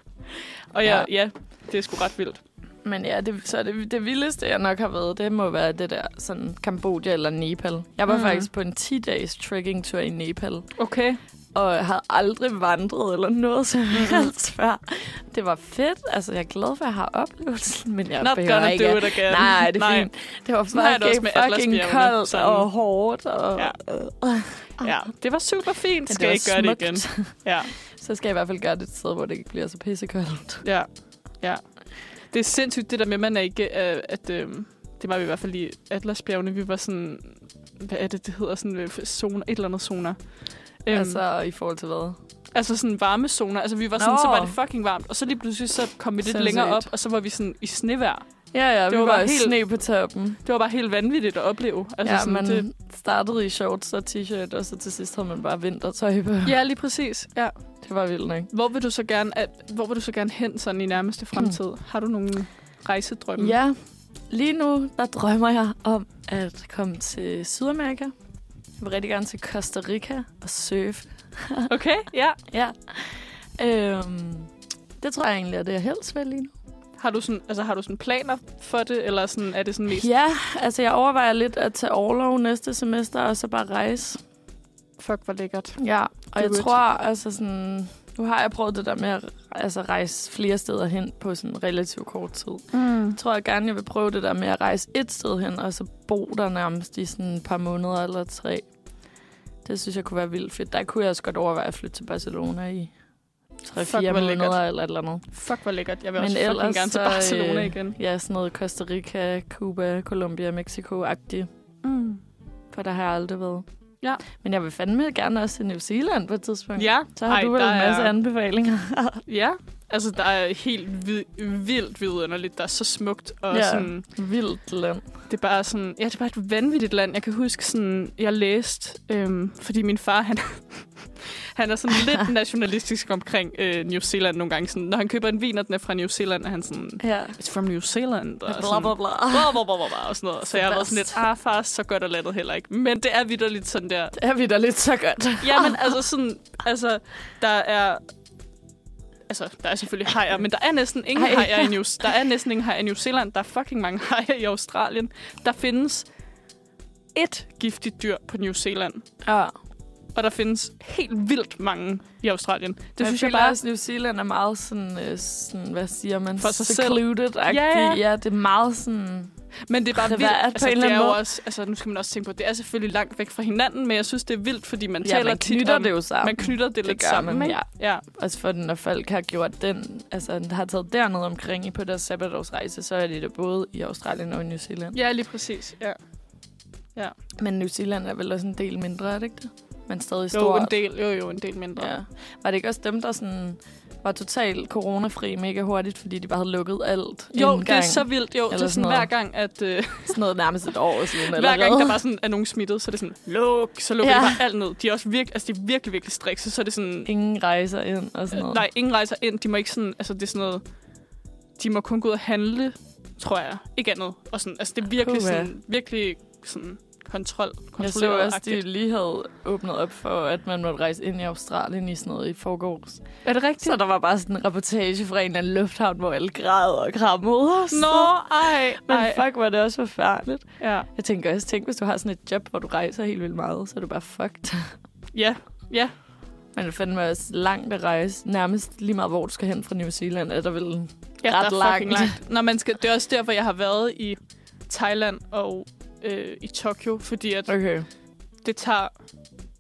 Og ja, ja, det er sgu ret vildt. Men ja, det, så det, det vildeste, jeg nok har været, det må være det der sådan Kambodja eller Nepal. Jeg var mm. faktisk på en ti-dages trekking-tur i Nepal. Okay. Og jeg havde aldrig vandret eller noget som helst før. Det var fedt. Altså, jeg er glad for, at jeg har oplevelsen, men jeg Not behøver ikke. do it again. Nej, det er Nej. fint. Det var Nej, det fucking, fucking koldt sådan. og hårdt. Og, ja. øh. ja, det var super fint. Men skal jeg ikke gøre smukt. det igen? Ja. Så skal jeg i hvert fald gøre det et sted, hvor det ikke bliver så pissekoldt. Ja, ja. Det er sindssygt, det der med, man er ikke... Uh, at, uh, det var vi i hvert fald i Atlasbjergene. Vi var sådan... Hvad er det, det hedder? Sådan zoner, et eller andet zoner. Um, altså, i forhold til hvad? Altså sådan varmezoner. Altså, vi var sådan, Nå. så var det fucking varmt. Og så lige pludselig, så kom vi lidt Sindssygt. længere op, og så var vi sådan i snevejr. Ja, ja, det vi var, var, var helt sne på toppen. Det var bare helt vanvittigt at opleve. Altså, ja, sådan, man det... startede i shorts og t-shirt, og så til sidst havde man bare vintertøj på. Ja, lige præcis. Ja. Det var vildt nok. Hvor vil du så gerne, at, hvor vil du så gerne hen sådan i nærmeste fremtid? Mm. Har du nogle rejsedrømme? Ja, lige nu, der drømmer jeg om at komme til Sydamerika. Jeg vil rigtig gerne til Costa Rica og surfe. Okay, ja. ja. Øhm, det tror jeg egentlig er det, jeg helst vil lige nu. Har du sådan, altså har du sådan planer for det, eller sådan, er det sådan mest... Ja, altså jeg overvejer lidt at tage orlov næste semester, og så bare rejse. Fuck, hvor lækkert. Ja, og jeg good. tror, altså sådan... Nu har jeg prøvet det der med at altså, rejse flere steder hen på sådan relativt kort tid. Mm. Jeg tror, jeg gerne jeg vil prøve det der med at rejse et sted hen, og så bo der nærmest i sådan et par måneder eller tre. Det synes jeg kunne være vildt fedt. Der kunne jeg også godt overveje at flytte til Barcelona i tre-fire måneder lækkert. eller et eller andet. Fuck, hvor lækkert. Jeg vil Men også ellers, fucking gerne til Barcelona igen. Ja, sådan noget Costa Rica, Cuba, Colombia, Mexico-agtigt. Mm. For der har jeg aldrig været. Ja. Men jeg vil fandme gerne også til New Zealand på et tidspunkt. Ja. Så har Ej, du vel en masse er... anbefalinger. Ja. Altså, der er helt vid- vildt vidunderligt. Der er så smukt. Og ja, sådan, vildt land. Det er bare sådan... Ja, det er bare et vanvittigt land. Jeg kan huske sådan... Jeg læste... Øhm, fordi min far, han... han er sådan lidt nationalistisk omkring øh, New Zealand nogle gange. Sådan, når han køber en vin, og den er fra New Zealand, er han sådan... Ja. It's from New Zealand. Og bla, bla, bla. Bla, bla, bla, bla, og sådan noget. Så jeg har været sådan lidt... Ah, far, så godt er landet heller ikke. Men det er vitterligt sådan der... Det er vitterligt så godt. Jamen, altså sådan... Altså, der er... Altså, der er selvfølgelig hajer, men der er næsten ingen Ej. hajer i New Der er næsten ingen hajer i New Zealand. Der er fucking mange hajer i Australien. Der findes et giftigt dyr på New Zealand. Ja. Og der findes helt vildt mange i Australien. Det jeg synes jeg jeg bare... også, New Zealand er meget sådan, øh, sådan hvad siger man? For sig secluded. Ja, ja. ja, det er meget sådan... Men det er bare det vildt. Er altså, det er jo også, altså, nu skal man også tænke på, det er selvfølgelig langt væk fra hinanden, men jeg synes, det er vildt, fordi man ja, taler man tit knytter om... det jo sammen. Man knytter det, det lidt sammen, man, ikke? Ja. ja. Også for, når folk har gjort den, altså der har taget dernede omkring på deres sabbatårsrejse, så er det det både i Australien og i New Zealand. Ja, lige præcis. Ja. Ja. Men New Zealand er vel også en del mindre, er det ikke det? Men stadig stort. Jo, en del, jo, jo, en del mindre. Ja. Var det ikke også dem, der sådan var totalt coronafri mega hurtigt, fordi de bare havde lukket alt? Jo, det er så vildt. Jo, eller det er sådan hver gang, at... Øh, sådan noget nærmest et år siden. Hver gang der bare sådan er nogen smittet, så er det sådan, luk, så lukker ja. de bare alt ned. De er også virkelig, altså de er virkelig, virkelig strikse, så er det sådan... Ingen rejser ind og sådan noget. Øh, nej, ingen rejser ind. De må ikke sådan, altså det er sådan noget... De må kun gå ud og handle, tror jeg. Ikke andet. Og sådan, altså det er virkelig uh, sådan, virkelig sådan... kontrol. Jeg så også, at de lige havde åbnet op for, at man måtte rejse ind i Australien i sådan noget i forgårs. Er det rigtigt? Så der var bare sådan en reportage fra en eller anden lufthavn, hvor alle græd og krammede os. Nå, ej, Men ej. fuck, var det også forfærdeligt. Ja. Jeg tænker også, tænk, hvis du har sådan et job, hvor du rejser helt vildt meget, så er du bare fucked. Ja, ja. Men det fandt mig også langt at rejse. Nærmest lige meget, hvor du skal hen fra New Zealand, er der vel ja, ret der langt. langt. Når man skal, det er også derfor, jeg har været i Thailand og øh, i Tokyo, fordi at okay. det tager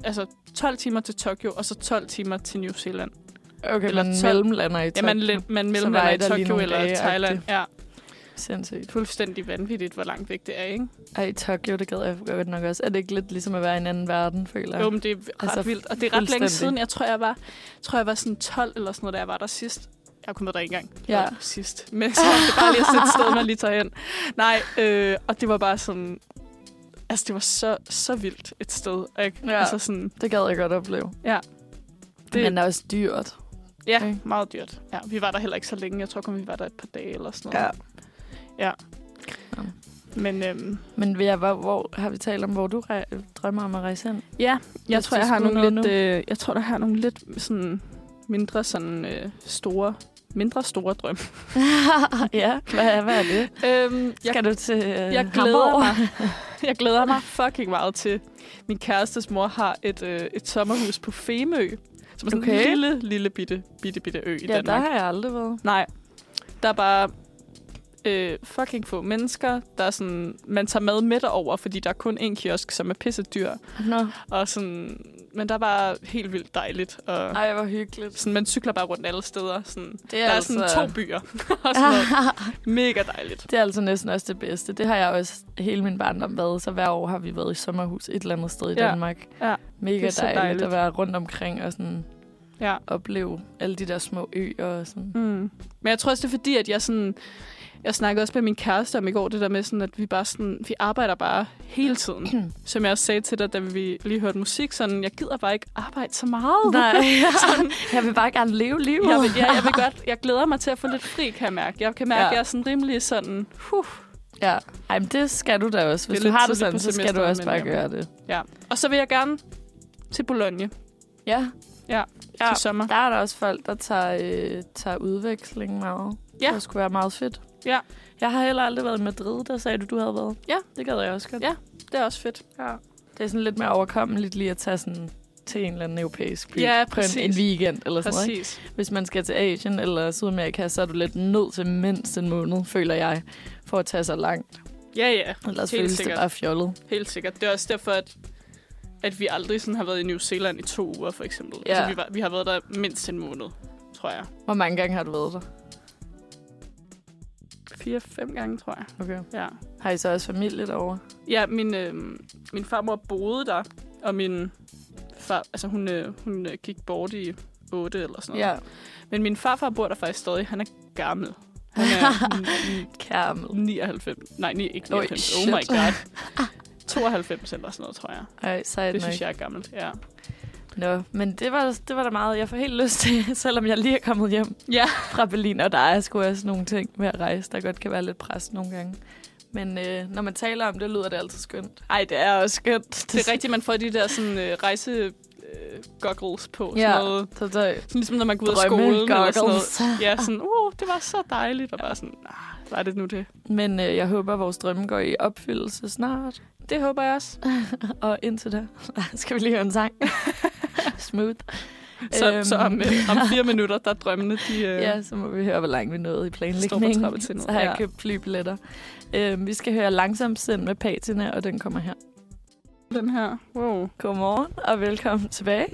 altså tolv timer til Tokyo, og så tolv timer til New Zealand. Okay, eller man tolv mellemlander i Tokyo. Ja, man, man mellemlander i Tokyo eller dage, Thailand. Ja. Sindssygt. Fuldstændig vanvittigt, hvor langt væk det er, ikke? Ej, Tokyo, det gad jeg godt nok også. Er det ikke lidt ligesom at være i en anden verden, føler jeg? Jo, men det er ret altså, vildt. Og det er ret længe siden. Jeg tror, jeg var, tror, jeg var sådan tolv eller sådan noget, da jeg var der sidst. Jeg kom med der ikke engang. Ja. Sidst. Men så var det bare lige at sætte sted, man lige tager hen. Nej, øh, og det var bare sådan... Altså, det var så, så vildt et sted. Ikke? Ja, altså sådan, det gad jeg godt opleve. Ja. Det, men det er også dyrt. Ja, okay. Meget dyrt. Ja, vi var der heller ikke så længe. Jeg tror kun, vi var der et par dage eller sådan noget. Ja. Ja. ja. Men, øhm, Men ja, hvor, hvor har vi talt om, hvor du rej- drømmer om at rejse hen? Ja, jeg Hvis tror, jeg har nogle lidt... nu. Øh, jeg tror, der har nogle lidt sådan mindre sådan øh, store... Mindre store drøm. Ja, hvad, hvad er det? Øhm, Skal jeg, du til øh, jeg glæder mig. Jeg glæder mig fucking meget til. Min kærestes mor har et, øh, et sommerhus på Femø. Som er sådan okay. en lille, lille bitte, bitte, bitte ø i ja, Danmark. Ja, der har jeg aldrig været. Nej. Der er bare øh, fucking få mennesker. Der er sådan, man tager mad med derover, fordi der er kun en kiosk, som er pisse dyr. Nå. Og sådan... Men der er bare helt vildt dejligt. Og ej, hvor hyggeligt. Sådan, man cykler bare rundt alle steder. Sådan, det er der altså... er sådan to byer. Og sådan mega dejligt. Det er altså næsten også det bedste. Det har jeg også hele min barndom været. Så hver år har vi været i sommerhus et eller andet sted i ja. Danmark. Ja. Mega dejligt, dejligt at være rundt omkring og sådan ja. opleve alle de der små øer. Og sådan. Mm. Men jeg tror også, det er fordi, at jeg sådan... Jeg snakkede også med min kæreste om i går, det der med sådan, at vi bare sådan, vi arbejder bare hele tiden. Som jeg også sagde til dig, da vi lige hørte musik, sådan, jeg gider bare ikke arbejde så meget. Nej, sådan, jeg vil bare gerne leve livet. Jeg vil, ja, jeg vil godt, jeg glæder mig til at få lidt fri, kan jeg mærke. Jeg kan mærke, ja. at jeg er sådan rimelig sådan, huh. Ja, ej, men det skal du da også. Hvis du har det sådan, så skal du også bare gøre det. Ja, og så vil jeg gerne til Bologna. Ja. Ja, ja. til sommer. Der er der også folk, der tager, øh, tager udveksling meget. Ja. Det skulle være meget fedt. Ja. Jeg har heller aldrig været i Madrid, der sagde du, du havde været. Ja. Det gad jeg også godt. Ja, det er også fedt. Ja. Det er sådan lidt mere overkommeligt lige at tage sådan til en eller anden europæisk by. Ja, på en, en weekend eller sådan noget. Præcis. Hvis man skal til Asien eller Sydamerika, så er du lidt nødt til mindst en måned, føler jeg, for at tage så langt. Ja, ja. Ellers føles sikkert. Det bare fjollet. Helt sikkert. Det er også derfor, at, at vi aldrig sådan har været i New Zealand i to uger, for eksempel. Ja. Altså, vi, var, vi har været der mindst en måned, tror jeg. Hvor mange gange har du været der? Fire, fem gange, tror jeg. Okay. Ja. Har I så også familie derovre? Ja, min, øh, min farmor boede der, og min far, altså hun, øh, hun øh, gik bort i otte eller sådan noget. Ja. Men min farfar bor der faktisk stadig. Han er gammel. Han er Gammel. nioghalvfems. Nej, ni, ikke nioghalvfems. Oh, oh my god. tooghalvfems eller sådan noget, tror jeg. Ej, sejt det nok. synes jeg er gammelt, ja. Nå, men det var, det var da meget, jeg får helt lyst til, selvom jeg lige er kommet hjem ja. fra Berlin, og der er sgu også nogle ting med at rejse, der godt kan være lidt pres nogle gange. Men øh, når man taler om det, lyder det altid skønt. Ej, det er også skønt. Det er rigtigt, man får de der sådan øh, rejse øh, goggles på. Ja, sådan noget. Så sådan ligesom når man går ud af skolen. Eller sådan noget. Ja, sådan, uh, det var så dejligt. Og bare sådan, ah, var det nu det? Men øh, jeg håber, at vores drømme går i opfyldelse snart. Det håber jeg også. Og indtil da, skal vi lige høre en sang. Smooth. Så, øhm. så om, øh, om fire minutter, der er drømmene, de... Øh, ja, så må vi høre, hvor langt vi nåede i planlægningen. Så har jeg ja. købt flybilletter. Øhm, vi skal høre Langsomt Sind med Patina, og den kommer her. Den her. Wow. Godmorgen, og velkommen tilbage.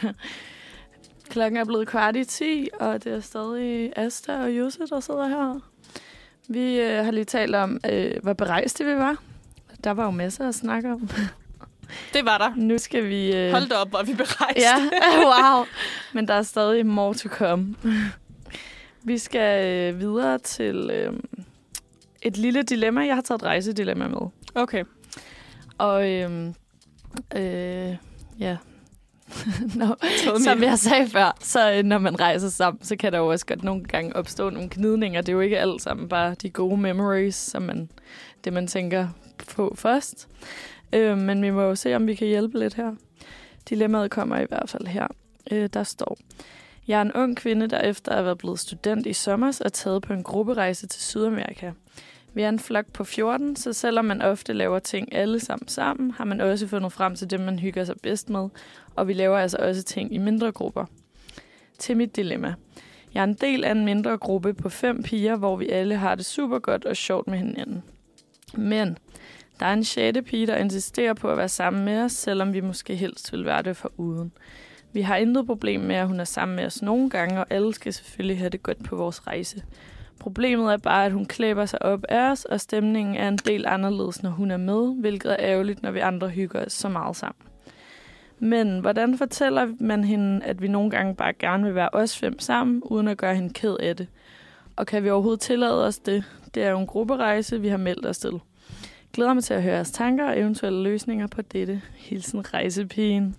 Klokken er blevet kvart i ti, og det er stadig Asta og Jussi, der sidder her. Vi øh, har lige talt om, øh, hvor berejste vi var. Der var jo masser at snakke om. Det var der. Nu skal vi... Øh... Hold da op, hvor vi berejst. Ja, wow. Men der er stadig more to come. Vi skal øh, videre til øh, et lille dilemma. Jeg har taget et rejsedilemma med. Okay. Og øh, øh, ja... no. Som jeg sagde før, så øh, når man rejser sammen, så kan der jo også godt nogle gange opstå nogle gnidninger. Det er jo ikke alt sammen bare de gode memories, som man, det man tænker på først. Øh, men vi må jo se, om vi kan hjælpe lidt her. Dilemmaet kommer i hvert fald her. Øh, der står: Jeg er en ung kvinde, der efter at være blevet student i sommer er taget på en grupperejse til Sydamerika. Vi er en flok på fjorten, så selvom man ofte laver ting alle sammen sammen, har man også fundet frem til dem, man hygger sig bedst med, og vi laver altså også ting i mindre grupper. Til mit dilemma. Jeg er en del af en mindre gruppe på fem piger, hvor vi alle har det super godt og sjovt med hinanden. Men Der er en sjette pige, der insisterer på at være sammen med os, selvom vi måske helst vil være det foruden. Vi har intet problem med, at hun er sammen med os nogle gange, og alle skal selvfølgelig have det godt på vores rejse. Problemet er bare, at hun klæber sig op af os, og stemningen er en del anderledes, når hun er med, hvilket er ærgerligt, når vi andre hygger os så meget sammen. Men hvordan fortæller man hende, at vi nogle gange bare gerne vil være os fem sammen, uden at gøre hende ked af det? Og kan vi overhovedet tillade os det? Det er jo en grupperejse, vi har meldt os til. Glæder mig til at høre jeres tanker og eventuelle løsninger på dette. Hilsen rejsepigen.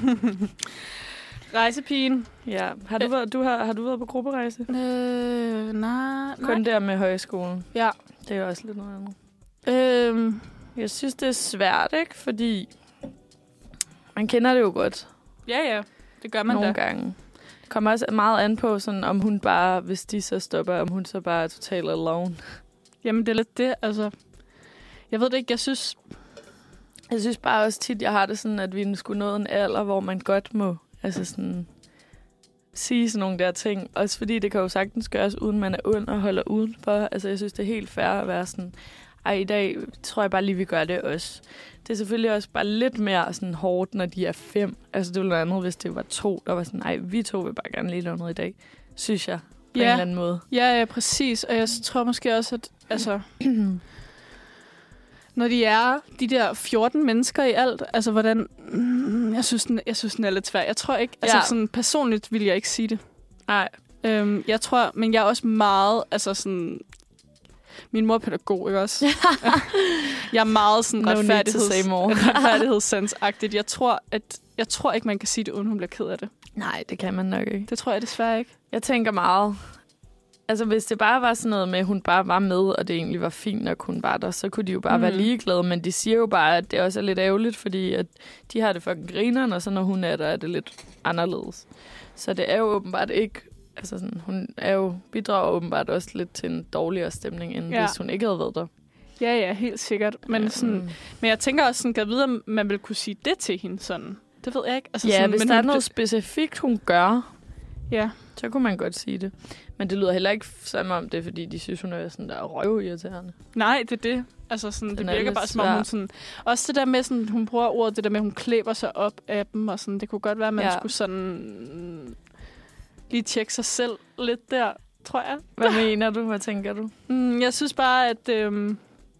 Rejsepigen. Ja. Har du, været, du har, har du været på grupperejse? Øh, nej. Kun nej. der med højskolen. Ja. Det er jo også lidt noget andet. Øh, Jeg synes, det er svært, ikke? Fordi man kender det jo godt. ja, ja. Det gør man nogle da. gange. Det kommer også meget an på, sådan, om hun bare, hvis de så stopper, om hun så bare er totalt alone. Jamen, det er lidt det. Altså, jeg ved det ikke. Jeg synes... Jeg synes bare også tit, jeg har det sådan, at vi skulle nå en alder, hvor man godt må altså sådan, sige sådan nogle der ting. Også fordi det kan jo sagtens gøres, uden man er ond og holder udenfor. Altså jeg synes, det er helt fair at være sådan, ej, i dag tror jeg bare lige, vi gør det også. Det er selvfølgelig også bare lidt mere sådan hårdt, når de er fem. Altså det ville være andet, hvis det var to, der var sådan, ej, vi to vil bare gerne lige lave noget i dag. Synes jeg, på Ja. en eller anden måde. Ja, ja, præcis. Og jeg tror måske også, at altså, når de er de der fjorten mennesker i alt, altså hvordan... Mm, jeg, synes, den, jeg synes, den er lidt svær. Jeg tror ikke... Altså Ja. sådan, personligt vil jeg ikke sige det. Nej. Øhm, jeg tror... Men jeg er også meget... Altså sådan... Min mor er pædagog, ikke også? Jeg er meget sådan No need to retfærdigheds, say more. retfærdighedssandsagtigt. Jeg tror, at jeg tror ikke, man kan sige det, uden hun bliver ked af det. Nej, det kan man nok ikke. Det tror jeg desværre ikke. Jeg tænker meget... Altså, hvis det bare var sådan noget med, at hun bare var med, og det egentlig var fint nok, hun var der, så kunne de jo bare mm. være ligeglade. Men de siger jo bare, at det også er lidt ærgerligt, fordi at de har det fucking grineren, og så når hun er der, er det lidt anderledes. Så det er jo åbenbart ikke... Altså, sådan, hun er jo bidrager åbenbart også lidt til en dårligere stemning, end Ja. hvis hun ikke havde været der. Ja, ja, helt sikkert. Men, Ja, sådan, mm. men jeg tænker også, sådan, kan jeg vide, om man vil kunne sige det til hende sådan. Det ved jeg ikke. Altså, Ja, sådan, hvis men der er hun- noget specifikt, hun gør, Ja. så kunne man godt sige det. Men det lyder heller ikke som om det, fordi de synes, hun er sådan der røvirriterende. Nej, det er det. Altså, sådan, Den det er virker lidt bare som om svær. hun sådan... Også det der med, sådan, hun bruger ordet, det der med, hun klæber sig op af dem, og sådan, det kunne godt være, at man Ja. skulle sådan lige tjekke sig selv lidt der, tror jeg. Hvad mener du? Hvad tænker du? Mm, jeg synes bare, at, øhm,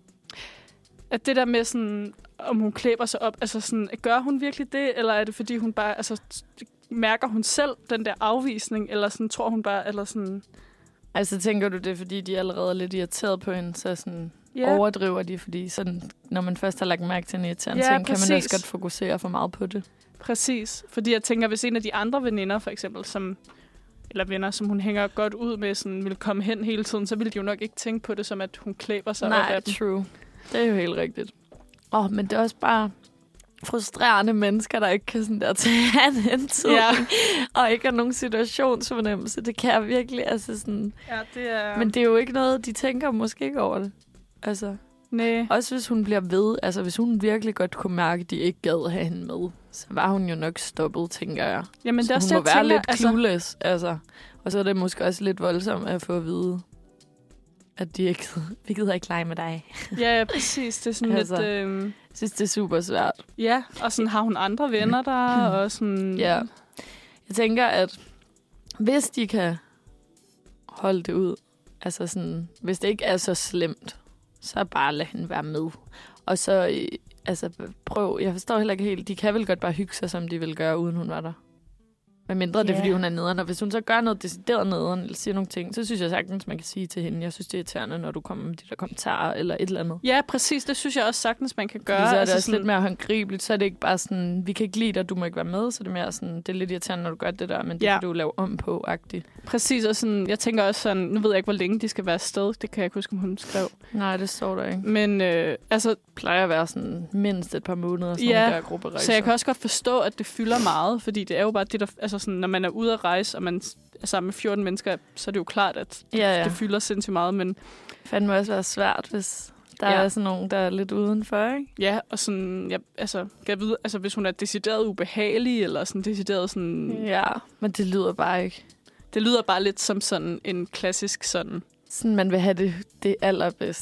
at det der med sådan, om hun klæber sig op, altså sådan, gør hun virkelig det, eller er det fordi hun bare, altså mærker hun selv den der afvisning, eller sådan tror hun bare, eller sådan... Altså, tænker du det, fordi de er allerede lidt irriteret på hende, så sådan Ja. overdriver de, fordi sådan, når man først har lagt mærke til en irriterende Ja, ting, kan man præcis. også godt fokusere for meget på det. Præcis. Fordi jeg tænker, hvis en af de andre veninder, for eksempel, som, eller venner, som hun hænger godt ud med, sådan, vil komme hen hele tiden, så ville de jo nok ikke tænke på det, som at hun klæber sig op Nej, af dem. true. Det er jo helt rigtigt. Åh, oh, men det er også bare frustrerende mennesker, der ikke kan sådan der tage en hensyn, Ja. og ikke har nogen situationsfornemmelse. Det kan jeg virkelig, altså sådan... Ja, det er... Men det er jo ikke noget, de tænker måske ikke over det. Altså, Nej. også hvis hun bliver ved, altså hvis hun virkelig godt kunne mærke, at de ikke gad have hende med, så var hun jo nok stoppet, tænker jeg. Jamen, det er Så også hun det, må jeg være tænker, lidt clueless, altså. altså. Og så er det måske også lidt voldsomt at få at vide, at de ikke, vi gider ikke lege med dig. Ja, ja, præcis. Det er sådan Altså. lidt... Øh, Jeg synes, det er super svært. ja, og sådan har hun andre venner der, og sådan... Ja. Jeg tænker, at hvis de kan holde det ud, altså sådan, hvis det ikke er så slemt, så bare lad hende være med. Og så, øh, altså prøv, jeg forstår heller ikke helt, de kan vel godt bare hygge sig, som de vil gøre, uden hun var der. Hvad mindre yeah. det er, fordi hun er nederen. Og hvis hun så gør noget decideret nederen, eller siger nogle ting, så synes jeg sagtens, man kan sige til hende, jeg synes, det er irriterende, når du kommer med de der kommentarer, eller et eller andet. Ja, præcis. Det synes jeg også sagtens, man kan gøre. Fordi så er det altså også sådan... lidt mere håndgribeligt. Så er det ikke bare sådan, vi kan ikke lide dig, du må ikke være med. Så er det mere sådan, det er lidt irriterende, når du gør det der, men det Ja. kan du lave om på, agtigt. Præcis, og sådan, jeg tænker også sådan, nu ved jeg ikke, hvor længe de skal være afsted. Det kan jeg ikke huske, om hun skrev. Nej, det står der ikke. Men øh, altså, Plejer at være sådan mindst et par måneder, sådan Ja, nogle der grupperejser. så jeg kan også godt forstå, at det fylder meget, fordi det er jo bare det, der, altså sådan, når man er ude at rejse, og man er sammen med fjorten mennesker, så er det jo klart, at det, Ja, ja. det fylder sindssygt meget, men Fanden må også være svært, hvis der Ja. er sådan nogen, der er lidt udenfor, ikke? ja, og sådan, ja, altså, kan jeg vide, altså, hvis hun er decideret ubehagelig, eller sådan decideret sådan, Ja, men det lyder bare ikke. det lyder bare lidt som sådan en klassisk sådan, Sådan, man vil have det, det allerbedste.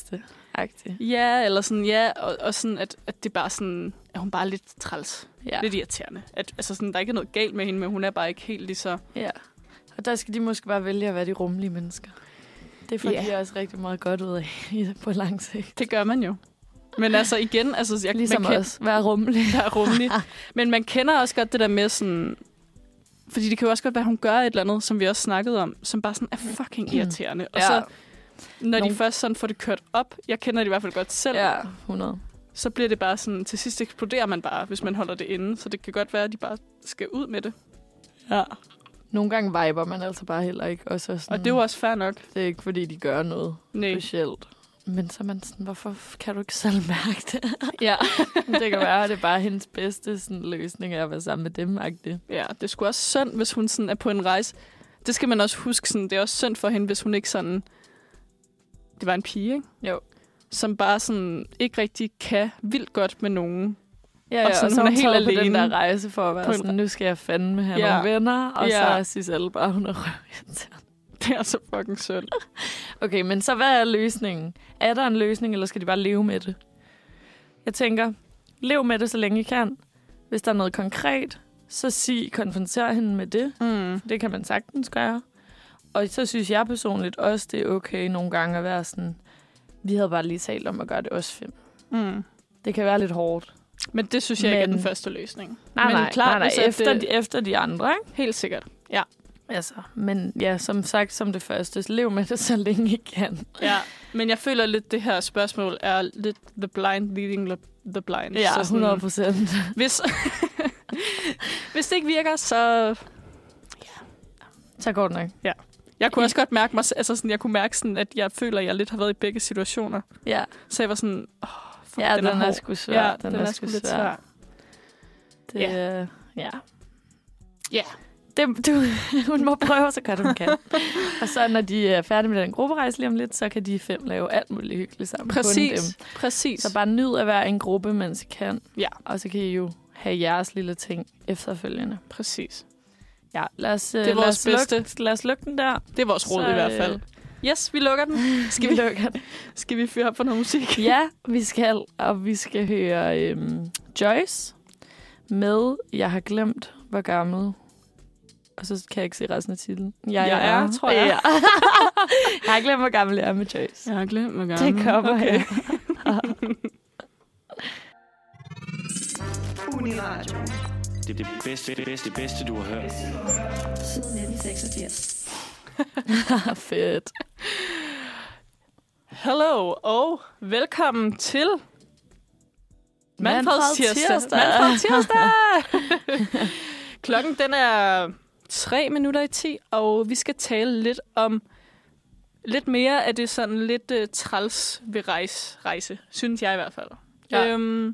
Agtig. Ja, eller sådan, ja, og, og sådan, at, at det bare sådan, at hun bare er lidt træls. Ja. Lidt irriterende. At, altså sådan, der er ikke noget galt med hende, men hun er bare ikke helt lige så... Ja. Og der skal de måske bare vælge at være de rummelige mennesker. Det får Ja. de også rigtig meget godt ud af på lang sigt. Det gør man jo. Men altså igen, altså... Jeg, Ligesom man os. Være rummelig. Der er rummelig. Men man kender også godt det der med sådan... Fordi det kan jo også godt være, at hun gør et eller andet, som vi også snakkede om, som bare sådan er fucking irriterende. Og Ja. så, når Nogle- de først sådan får det kørt op, jeg kender det i hvert fald godt selv, Ja, hundrede. så bliver det bare sådan, til sidst eksploderer man bare, hvis man holder det inde. Så det kan godt være, at de bare skal ud med det. Ja. Nogle gange viber man altså bare heller ikke. Og, så sådan, Og det er jo også fair nok. det er ikke, fordi de gør noget Nej. specielt. Men så er man sådan, hvorfor kan du ikke selv mærke det? Ja. Det kan være, at det er bare hendes bedste sådan, løsning at være sammen med dem. -agtigt. Ja, det er sgu også synd, hvis hun sådan er på en rejse. Det skal man også huske. Sådan, det er også synd for hende, hvis hun ikke sådan... Det var en pige, ikke? Jo. Som bare sådan ikke rigtig kan vildt godt med nogen. Ja, ja, Og sådan, og så hun er hun helt helt på den alene der rejse for at være på en- sådan, nu skal jeg fandme have Ja. nogle venner, og Ja. så er Giselle bare, hun er røvirriterende. Det er så fucking synd. Okay, men så hvad er løsningen? Er der en løsning, eller skal de bare leve med det? Jeg tænker, lev med det, så længe I kan. Hvis der er noget konkret, så sig, konfronter hende med det. Mm. Det kan man sagtens gøre. Og så synes jeg personligt også, det er okay nogle gange at være sådan, vi havde bare lige talt om at gøre det også fem. Mm. Det kan være lidt hårdt. Men det synes jeg ikke er Men- den første løsning. Nej, Men nej, klart, nej, nej. hvis at Efter, det- de, efter de andre, ikke? Helt sikkert. Ja. Altså, men ja, som sagt, som det første, så lev med det, så længe I kan. ja. Men jeg føler lidt, det her spørgsmål er lidt the blind leading the blind. Ja, Så sådan, hundrede procent. Hvis, hvis det ikke virker, så... Så går det nok. Jeg kunne også godt mærke mig, altså sådan, jeg kunne mærke sådan, at jeg føler, at jeg lidt har været i begge situationer. Ja, Så jeg var sådan, åh, fuck, ja den, den, er, er hård. sgu svær. Ja, den, den er sgu lidt svær. Det, Ja. ja. ja. Ja. Det, du, hun må prøve, så godt hun kan. Og så når de er færdige med den grupperejse lige om lidt, så kan de fem lave alt muligt hyggeligt sammen. Kun Præcis, dem. præcis. Så bare nyd at være en gruppe, mens I kan. Ja. Og så kan I jo have jeres lille ting efterfølgende. Præcis. Ja, lad os, det er vores lad os bedste. Lukke, lad os lukke den der. Det er vores råd Så, i hvert fald. Yes, vi lukker den. Skal vi, lukker den. skal vi fyre op for noget musik? Ja, vi skal, og vi skal høre øhm, Joyce med Jeg har glemt, hvor gammel. Og så kan jeg ikke se resten af titlen. Jeg er, tror jeg. Ja. Jeg har glemt, hvor gammel jeg er med Joyce. Jeg har glemt, hvor gammel. Det kommer okay. her. Uniradio. Det er det bedste, bedste, det bedste, du har hørt. Siden nitten seksogfirs. Fedt. Hello, og velkommen til Manfred Manfred Tirsdag. Tirsdag. Manfred Tirsdag. Klokken den er tre minutter i ti, og vi skal tale lidt om lidt mere af det sådan lidt uh, træls ved rejse, rejse, synes jeg i hvert fald. Ja. Øhm,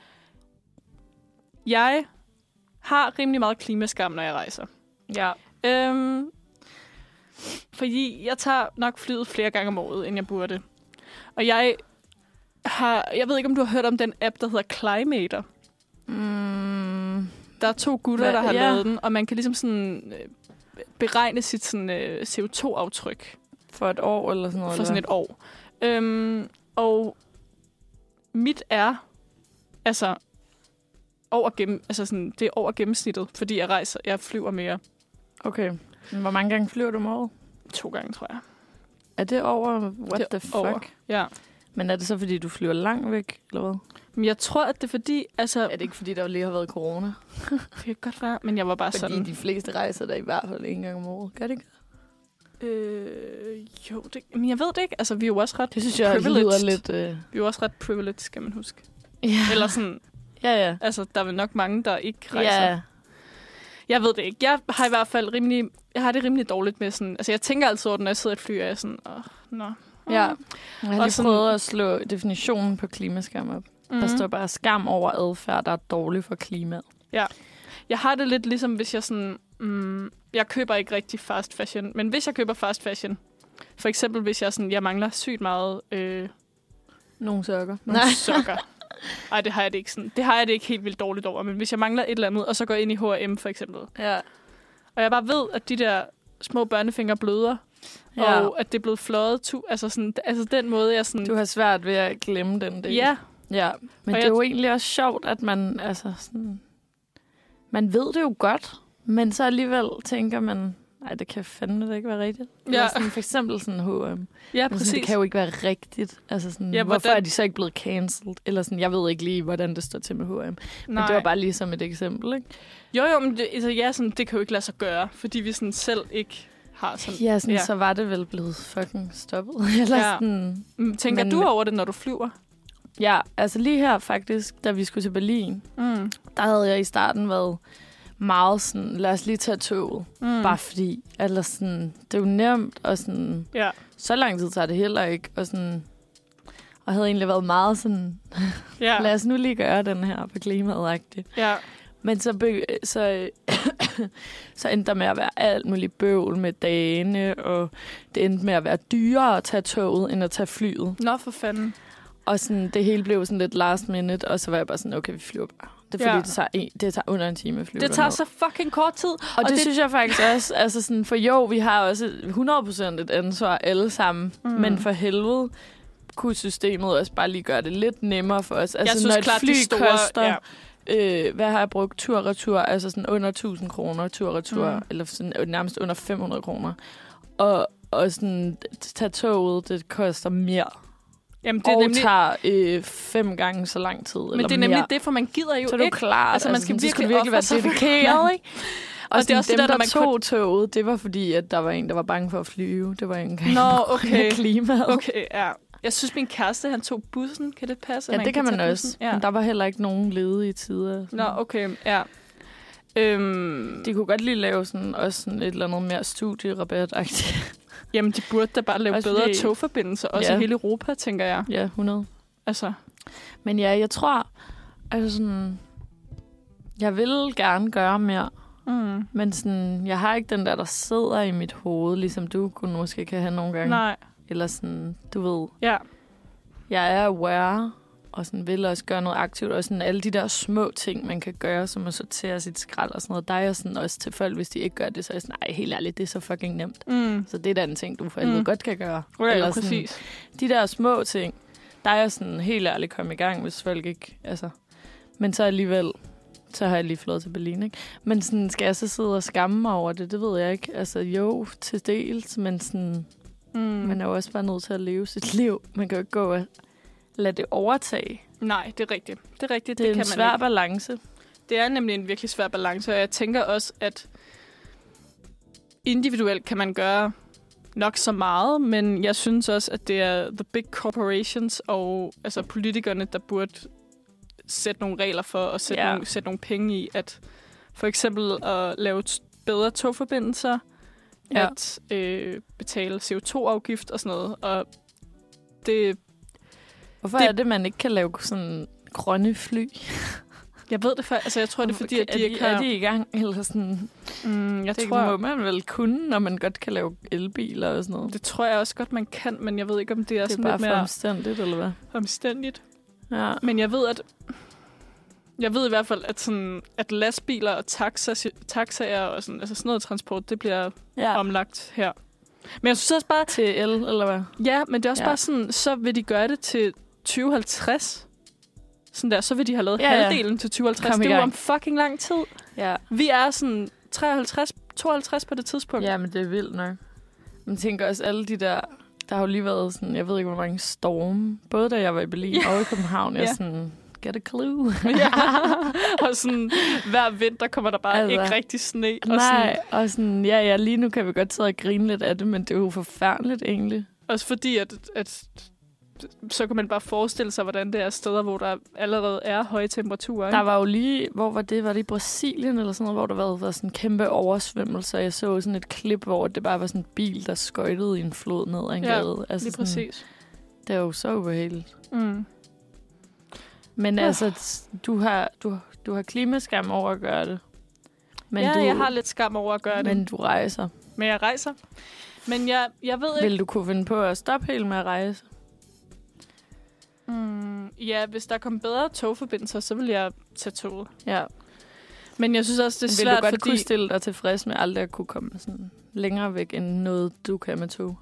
jeg har rimelig meget klimaskam, når jeg rejser. Ja. Øhm, fordi jeg tager nok flyet flere gange om året, end jeg burde. Og jeg har... Jeg ved ikke, om du har hørt om den app, der hedder Climator. Mm, Der er to gutter, Hva? der har Ja. lavet den, og man kan ligesom sådan øh, beregne sit sådan, øh, C O to aftryk for et år eller sådan noget. for sådan et år. Øhm, og mit er altså over gennem, altså sådan, det er over gennemsnittet, fordi jeg rejser, jeg flyver mere Okay. Men hvor mange gange flyver du om året? to gange, tror jeg. Er det over? What Det er the fuck? over. Ja. Men er det så, fordi du flyver langt væk, eller hvad? Men jeg tror, at det er fordi, altså... Er det ikke, fordi der lige har været corona? Det kan godt være, men jeg var bare Fordi sådan... de fleste rejser der i hvert fald en gang om året. Gør det ikke? Øh, jo, det, men jeg ved det ikke. Altså, vi er jo også ret Det synes jeg privileged. lyder lidt... Øh... Vi er jo også ret privileged, skal man huske. Ja. Eller sådan, Ja, ja. altså, der er vel nok mange, der ikke rejser. Ja, Jeg ved det ikke. Jeg har i hvert fald rimelig... Jeg har det rimelig dårligt med sådan... Altså, jeg tænker altid over, når jeg sidder i et fly, og jeg er sådan... Åh, nå. ja. Jeg har Og lige sådan- prøvet at slå definitionen på klimaskam op. Mm. Der står bare skam over adfærd, der er dårlig for klimaet. Jeg har det lidt ligesom, hvis jeg sådan... Mm, jeg køber ikke rigtig fast fashion. Men hvis jeg køber fast fashion... For eksempel, hvis jeg sådan... Jeg mangler sygt meget... Øh, Nogle sokker. nogle sokker. Ej, det har jeg det ikke sådan. Det har jeg det ikke helt vildt dårligt over. Men hvis jeg mangler et eller andet, og så går jeg ind i H og M for eksempel. Ja. Og jeg bare ved, at de der små børnefingre bløder, Ja. Og at det er blevet fløjet. Tu- altså, sådan, altså den måde, jeg sådan... Du har svært ved at glemme den del. Ja. Ja, men og det er jeg... jo egentlig også sjovt, at man, altså sådan... Man ved det jo godt, men så alligevel tænker man... Nej, det kan fandme ikke være rigtigt. Ja. Sådan, for eksempel sådan H og M. Ja, præcis. præcis. Det kan jo ikke være rigtigt. Altså sådan, ja, hvorfor hvordan... er de så ikke blevet cancelled? Eller sådan, jeg ved ikke lige, hvordan det står til med H og M. Men Nej. det var bare lige som et eksempel, ikke? Jo, jo, men det, altså, ja, sådan, det kan jo ikke lade sig gøre, fordi vi sådan selv ikke har sådan... Ja, sådan, ja. så var det vel blevet fucking stoppet. Eller Ja. sådan, Tænker men... du over det, når du flyver? Ja, altså lige her faktisk, da vi skulle til Berlin, Mm. der havde jeg i starten været meget sådan, lad os lige tage toget. Mm. Bare fordi, eller sådan, det er jo nemt, og sådan, Ja. så lang tid tager det heller ikke, og sådan, og havde egentlig været meget sådan, Ja. lad os nu lige gøre den her på klimaet-agtigt. Ja. Men så, be- så, så endte der med at være alt muligt bøvl med dagene, og det endte med at være dyrere at tage toget, end at tage flyet. Nå, for fanden. Og sådan, det hele blev sådan lidt last minute, og så var jeg bare sådan, okay, vi flyver bare. Det er fordi, Ja. det, tager en, det tager under en time at flyve Det tager derned. så fucking kort tid. Og, og det, det synes jeg faktisk også, altså sådan, for jo, vi har også hundrede procent et ansvar alle sammen, Mm. men for helvede kunne systemet også bare lige gøre det lidt nemmere for os. Altså, jeg synes når et klart, fly de store... koster, Ja. øh, hvad har jeg brugt, tur og retur, altså sådan under tusind kroner, tur og retur, Mm. eller sådan, øh, nærmest under fem hundrede kroner. Og, og sådan, tage toget, det koster mere. Jamen, det er og nemlig... tager øh, fem gange så lang tid, Men eller det er nemlig mere. det, for man gider jo Så er du ikke. klart. Altså, man skal sådan, så virkelig virkelig være ofre sig for- dedikeret, ikke? Og, Og og det er også dem, det der, der, når man tog kun- toget, det var fordi, at der var en, der var bange for at flyve. Det var ikke engang Nå, på grund af okay. klimaet. Okay, ja. Jeg synes, min kæreste, han tog bussen. Kan det passe? Ja, at det kan man tage også. bussen? Ja. Men der var heller ikke nogen ledige tider. Nå, okay, ja. Øhm, De kunne godt lige lave sådan, også sådan et eller andet mere studierabat-agtigt. jamen, de burde da bare lave Også bedre fordi- togforbindelser, også Ja. i hele Europa, tænker jeg. Ja, hundrede. Altså, Men ja, jeg tror, altså sådan, jeg vil gerne gøre mere. mm. Men sådan, jeg har ikke den der, der sidder i mit hoved, ligesom du kunne måske kan have nogle gange. Nej, Eller sådan, du ved, ja. jeg er aware, og sådan vil også gøre noget aktivt, og sådan alle de der små ting, man kan gøre, som at sortere sit skrald og sådan noget, der er jeg sådan også til folk, hvis de ikke gør det, så er jeg sådan, nej, helt ærligt, det er så fucking nemt. Mm. Så det er da en ting, du for helvede Mm. godt kan gøre. Ja, Eller ja, sådan, præcis. de der små ting, der er jeg sådan helt ærligt komme i gang, hvis folk ikke, altså. Men så alligevel, så har jeg lige flået til Berlin, ikke? Men sådan, skal jeg så sidde og skamme mig over det? Det ved jeg ikke. Altså jo, til dels, men sådan, Mm. man er jo også bare nødt til at leve sit liv. Man kan jo ikke gå og lade det overtage. Nej, det er rigtigt. Det er rigtigt, Det, det, er kan en man svær ikke. balance. Det er nemlig en virkelig svær balance, og jeg tænker også, at individuelt kan man gøre nok så meget, men jeg synes også, at det er the big corporations og altså politikerne, der burde sætte nogle regler for og sætte, Ja. nogle, sætte nogle penge i, at for eksempel at lave t- bedre togforbindelser, Ja. at øh, betale C O to afgift og sådan noget, og det, Hvorfor Det- det, er det, man ikke kan lave sådan grønne fly? jeg ved det for, altså jeg tror, det er fordi, at de, er ikke har... Er de i gang? Eller sådan, mm, jeg det tror, må man vel kunne, når man godt kan lave elbiler og sådan noget. Det tror jeg også godt, man kan, men jeg ved ikke, om det er, Det er sådan bare lidt for mere omstændigt, eller hvad? omstændigt. Ja. Men jeg ved, at jeg ved i hvert fald, at, sådan, at lastbiler og taxa, taxaer og sådan, altså sådan noget transport, det bliver ja. ja. omlagt her. Men jeg synes også bare, Til el, eller hvad? ja, men det er også Ja. ja. bare sådan, så vil de gøre det til tyve halvtreds. Sådan der, så vil de have lavet Ja, ja, ja. halvdelen til tyve halvtreds. Kom i Det er jo gang. om fucking lang tid. Ja. Vi er sådan treoghalvtreds, tooghalvtreds på det tidspunkt. Ja, men det er vildt nok. Men tænker også alle de der... Der har jo lige været sådan, jeg ved ikke, hvor mange storme. Både da jeg var i Berlin Ja. og i København. Jeg er Ja. sådan, get a clue. Ja. Og sådan, hver vinter kommer der bare Altså, ikke rigtig sne. Og Nej, sådan, og sådan, ja, ja, lige nu kan vi godt sidde og grine lidt af det, men det er jo forfærdeligt egentlig. også fordi, at, at så kan man bare forestille sig, hvordan det er steder, hvor der allerede er høje temperaturer. Der Ikke? var jo lige, hvor var det? Var det i Brasilien eller sådan noget, hvor der var, var sådan en kæmpe oversvømmelse, og jeg så sådan et klip, hvor det bare var sådan en bil, der skøjtede i en flod ned ad en Ja, gade. Altså Lige sådan, præcis. det er jo så ubehageligt. Mm. Men Uh. altså, t- du har, du, du har klimaskam over at gøre det. Men ja, du, jeg har lidt skam over at gøre det. men du rejser. Men jeg rejser. Men jeg, jeg ved ikke... Vil du kunne finde på at stoppe helt med at rejse? Mm, ja, hvis der kom bedre togforbindelser, så vil jeg tage toget. Ja. Men jeg synes også, det er Vil svært, du godt fordi... kunne stille dig tilfreds med aldrig at kunne komme sådan længere væk end noget, du kan med tog?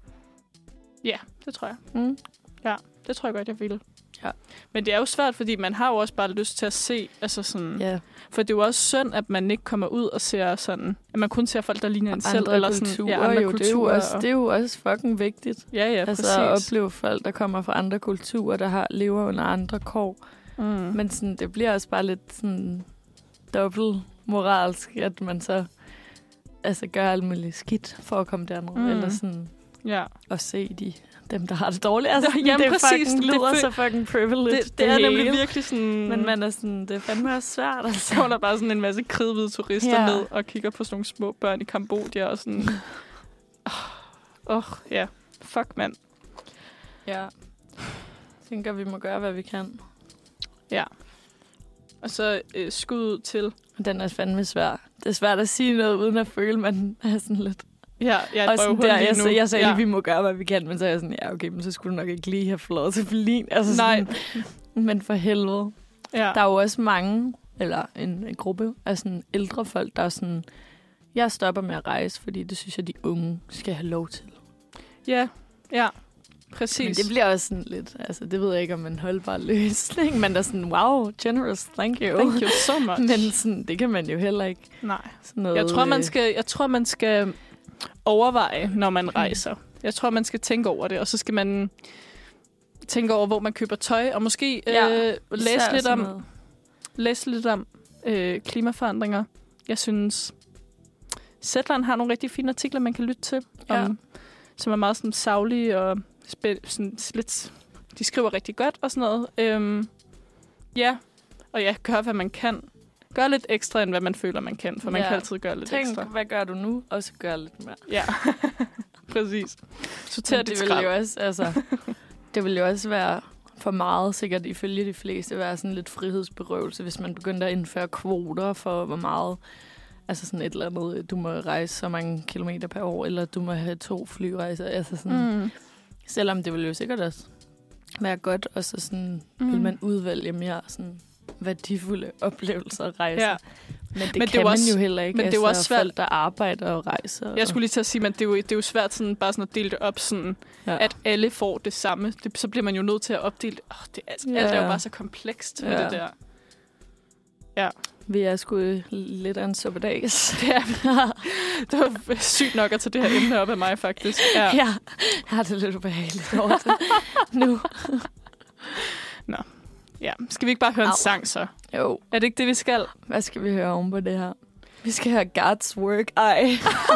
Ja, det tror jeg. Mm. Ja, det tror jeg godt, jeg vil. Ja. Men det er jo svært, fordi man har jo også bare lyst til at se, altså sådan... Ja. For det er jo også synd, at man ikke kommer ud og ser sådan... At man kun ser folk, der ligner en selv. Andre Eller kulturer, sådan, ja, andre jo, det, er jo kulturer også, og... det er jo også fucking vigtigt. Ja, ja, altså præcis. at opleve folk, der kommer fra andre kulturer, der har lever under andre kår. Mm. Men sådan, det bliver også bare lidt sådan dobbelt moralsk, at man så altså, gør alt muligt skidt for at komme derned. Mm. Eller sådan Ja. at se de, dem, der har det dårligt. Altså, Jamen, det er præcis. fucking, Det lyder fø- så fucking privileged. Det, det er hele. nemlig virkelig sådan... Men man er sådan, det er fandme også svært. Altså. Så kommer der bare sådan en masse kridhvide turister Ja. ned og kigger på sådan nogle små børn i Kambodja og sådan... Åh, oh, ja. Fuck, mand. Ja. Jeg tænker, vi må gøre, hvad vi kan. Ja. Og så øh, skud ud til... Den er fandme svær. Det er svært at sige noget, uden at føle, man er sådan lidt... Ja, jeg Og sådan der, jeg, nu. jeg sagde ja. lige, vi må gøre, hvad vi kan, men så er jeg sådan, ja, okay, men så skulle du nok ikke lige have flået til Berlin. Altså Nej. sådan, men for helvede. Ja. Der er jo også mange, eller en, en gruppe af sådan ældre folk, der er sådan, jeg stopper med at rejse, fordi det synes jeg, de unge skal have lov til. Ja, ja. Præcis. Men det bliver også sådan lidt, altså det ved jeg ikke, om en holdbar løsning, men der er sådan, wow, generous, thank you. Thank you so much. Men sådan, det kan man jo heller ikke. Nej. Sådan noget, Jeg tror, man skal, jeg tror, man skal overveje, når man rejser. Jeg tror, man skal tænke over det, og så skal man tænke over, hvor man køber tøj, og måske Ja, øh, læse lidt om, noget. læse lidt om øh, klimaforandringer. Jeg synes, Zetland har nogle rigtig fine artikler, man kan lytte til, Ja. om, som er meget sådan saglige og spæ- sådan lidt, de skriver rigtig godt og sådan noget. Øhm, ja, og ja, gør hvad man kan. Gør lidt ekstra, end hvad man føler, man kan, for man Ja. kan altid gøre lidt Tænk, ekstra. hvad gør du nu? Og så gør lidt mere. Ja, præcis. Sorter Men dit det vil skrald. jo også, altså, det vil jo også være for meget, sikkert ifølge de fleste, være sådan lidt frihedsberøvelse, hvis man begyndte at indføre kvoter for, hvor meget, altså sådan et eller andet, du må rejse så mange kilometer per år, eller du må have to flyrejser, altså sådan, Mm. selvom det vil jo sikkert også være godt, og så sådan, mm. vil man udvælge mere sådan værdifulde oplevelser og rejser. Ja. Men det Men men det kan er man også- jo heller ikke. men det er jo altså, også svært- folk, der arbejder og rejser. Jeg skulle lige til at sige, men det er jo, det er jo svært sådan, bare sådan at dele det op, sådan, ja. at alle får det samme. Det, så bliver man jo nødt til at opdele det. Oh, det er, alt Ja. er jo bare så komplekst med Ja. det der. Ja. Vi er sgu lidt af en suppedags. Det, er, det var sygt nok at tage det her emne op af mig, faktisk. Ja. Ja, jeg har det lidt ubehageligt over det nu. Ja. Skal vi ikke bare høre en Au. sang, så? Jo, Er det ikke det, vi skal? hvad skal vi høre om på det her? Vi skal høre God's Work. Ej.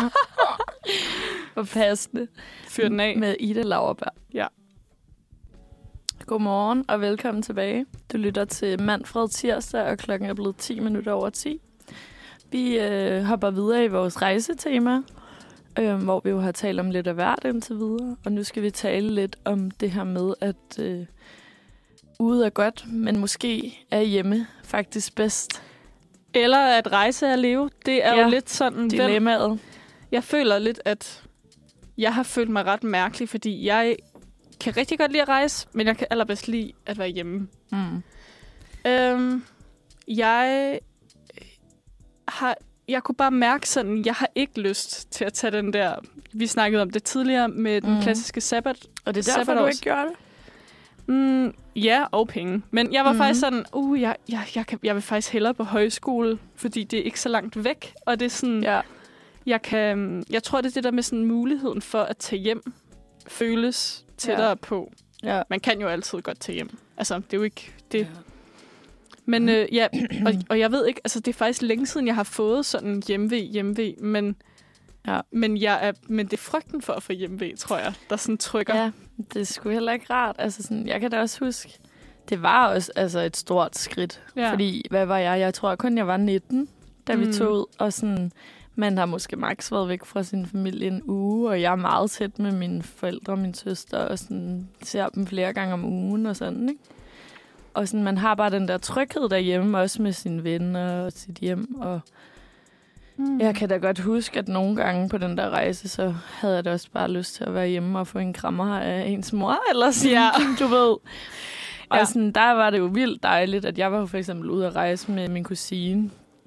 Hvor passende. Fyr den af. Med Ida Lauerberg. Ja. Godmorgen og velkommen tilbage. Du lytter til Manfred Tirsdag, og klokken er blevet ti minutter over ti. Vi øh, hopper videre i vores rejsetema, øh, hvor vi jo har talt om lidt af hvert indtil videre. Og nu skal vi tale lidt om det her med, at øh, ude er godt, men måske er hjemme faktisk bedst. Eller at rejse er at leve. Det er Ja. jo lidt sådan... hvem- Dilemmaet. Jeg føler lidt, at jeg har følt mig ret mærkelig, fordi jeg kan rigtig godt lide at rejse, men jeg kan allerbedst lide at være hjemme. Mm. Øhm, jeg har, jeg kunne bare mærke sådan, jeg har ikke lyst til at tage den der, vi snakkede om det tidligere med den Mhm. klassiske sabbat. Og det er derfor, du Sabbatårs. ikke gjorde det? Mm, ja, og penge. Men jeg var Mhm. mm. faktisk sådan, uh, jeg, jeg, jeg, kan, jeg vil faktisk hellere på højskole, fordi det er ikke så langt væk. Og det er sådan, Ja. jeg kan, jeg tror, det er det der med sådan muligheden for at tage hjem, føles tættere Ja. på. Ja. Man kan jo altid godt tage hjem. Altså, det er jo ikke det. Ja. Men øh, ja, og, og jeg ved ikke, altså det er faktisk længe siden, jeg har fået sådan hjemve, hjemve, men, Ja. men, jeg er, men det er frygten for at få hjemve, tror jeg, der sådan trykker. Ja, det er sgu heller ikke rart. Altså sådan, jeg kan da også huske, det var også altså, et stort skridt. Ja. Fordi, hvad var jeg? Jeg tror kun, jeg var nitten, da vi Mm. tog ud. Og sådan, man har måske max været væk fra sin familie en uge, og jeg er meget tæt med mine forældre og min søster, og sådan, ser dem flere gange om ugen og sådan, ikke? Og sådan, man har bare den der tryghed derhjemme, også med sine venner og sit hjem. Og Mm. jeg kan da godt huske, at nogle gange på den der rejse, så havde jeg da også bare lyst til at være hjemme og få en krammer af ens mor, eller sådan, Ja. du ved. Og Ja. sådan, der var det jo vildt dejligt, at jeg var for eksempel ude at rejse med min kusine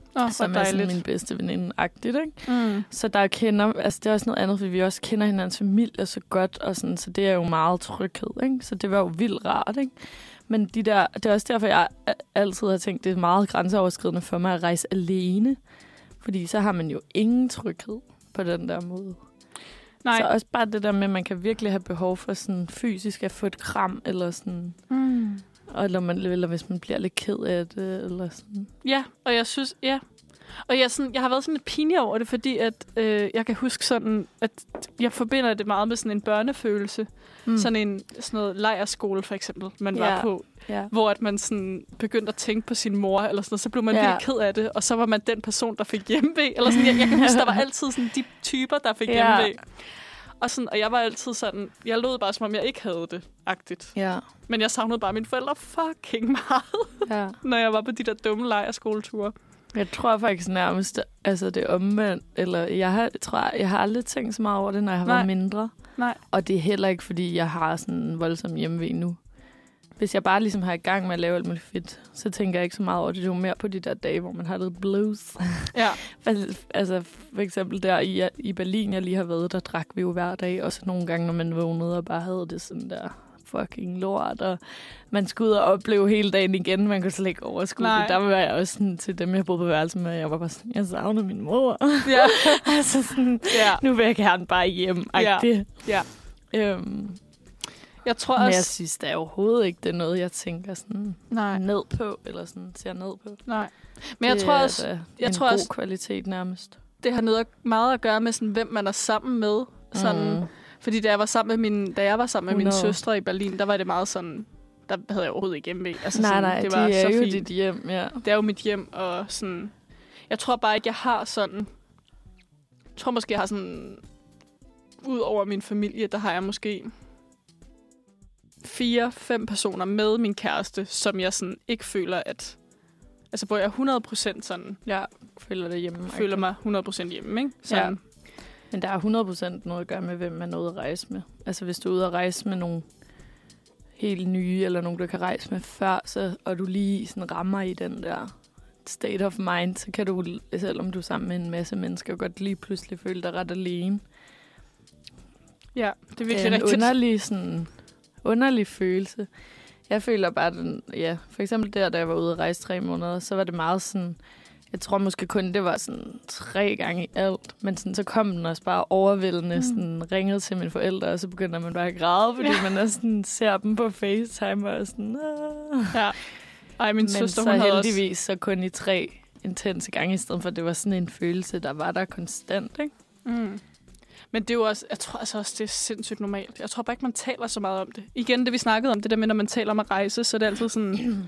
Oh, som er sådan min bedste veninde-agtigt, ikke? Mm. Så der kender, altså det er også noget andet, fordi vi også kender hinandens familie så godt, og sådan, så det er jo meget tryghed, ikke? Så det var jo vildt rart, ikke? Men de der, det er også derfor, jeg altid har tænkt, det er meget grænseoverskridende for mig at rejse alene. Fordi så har man jo ingen tryghed på den der måde. Nej. Så også bare det der med, at man kan virkelig have behov for sådan fysisk at få et kram, eller sådan... Mm. Eller, man, eller hvis man bliver lidt ked af det, eller sådan. Ja, og jeg synes, ja. Og jeg, sådan, jeg har været sådan lidt pinlig over det, fordi at, øh, jeg kan huske sådan, at jeg forbinder det meget med sådan en børnefølelse. Mm. Sådan en sådan noget lejrskole, for eksempel, man ja. var på. Ja. Hvor at man sådan begyndte at tænke på sin mor, eller sådan noget, så blev man ja. virkelig ked af det, og så var man den person, der fik hjemve. Eller sådan, jeg, jeg kan huske, der var altid sådan de typer, der fik ja. hjemve. Og, sådan, og jeg var altid sådan, jeg lød bare, som om jeg ikke havde det, agtigt. Ja. Men jeg savnede bare mine forældre fucking meget, ja. når jeg var på de der dumme lejrskoleture. Jeg tror faktisk nærmest, altså det er omvendt, eller jeg har, tror, jeg har aldrig tænkt så meget over det, når jeg har været mindre. Nej. Og det er heller ikke, fordi jeg har sådan en voldsom hjemve nu. Hvis jeg bare ligesom har i gang med at lave alt muligt fedt, så tænker jeg ikke så meget over det. Det er jo mere på de der dage, hvor man har lidt blues. Ja. Altså for eksempel der i, i Berlin, jeg lige har været, der drak vi jo hver dag. Og så nogle gange, når man vågnede og bare havde det sådan der fucking lort. Og man skulle ud og opleve hele dagen igen. Man kunne slet ikke overskue det. Der var jeg også sådan, til dem, jeg boede på værelse med. Jeg var bare sådan, jeg savner min mor. Ja. altså sådan, ja. nu vil jeg gerne bare hjem. Ja. Ja. Øhm, Jeg tror også... Men jeg synes da overhovedet ikke, det er noget, jeg tænker sådan Nej. ned på, eller sådan ser ned på. Nej. Men jeg det tror også... Det er jeg en tror god også, kvalitet nærmest. Det har noget meget at gøre med, sådan, hvem man er sammen med. Sådan, mm. Fordi da jeg var sammen med min, da jeg var sammen med mine søstre i Berlin, der var det meget sådan... Der havde jeg overhovedet ikke hjemme. Altså, nej, sådan, nej, det var de er så jo fint. Dit hjem, ja. Det er jo mit hjem, og sådan... Jeg tror bare ikke, jeg har sådan... Jeg tror måske, jeg har sådan... Ud over min familie, der har jeg måske... fire, fem personer med min kæreste, som jeg sådan ikke føler, at... Altså, hvor jeg hundrede procent sådan... Ja, føler det hjemme. Føler mig hundrede procent hjemme, ikke? Sådan. Ja. Men der er hundrede procent noget at gøre med, hvem man er ude at rejse med. Altså, hvis du er ude at rejse med nogle helt nye, eller nogen, du kan rejse med før, så, og du lige sådan rammer i den der state of mind, så kan du, selvom du er sammen med en masse mennesker, godt lige pludselig føle dig ret alene. Ja, det er virkelig en rigtigt. underlig sådan... underlig følelse. Jeg føler bare, den, ja, for eksempel der, da jeg var ude at rejse tre måneder, så var det meget sådan, jeg tror måske kun, det var sådan tre gange i alt, men sådan, så kom den også bare overvældende, mm. sådan, ringede til mine forældre, og så begynder man bare at græde, fordi ja. man er sådan, ser dem på FaceTime og sådan, Aah. Ja. Ej, min men søster, så hun heldigvis også... så kun i tre intense gange, i stedet for, at det var sådan en følelse, der var der konstant, ikke? Mm. Men det er jo også, jeg tror altså også, det er sindssygt normalt. Jeg tror bare ikke, man taler så meget om det. Igen, det vi snakkede om, det der med, når man taler om at rejse, så er det altid sådan...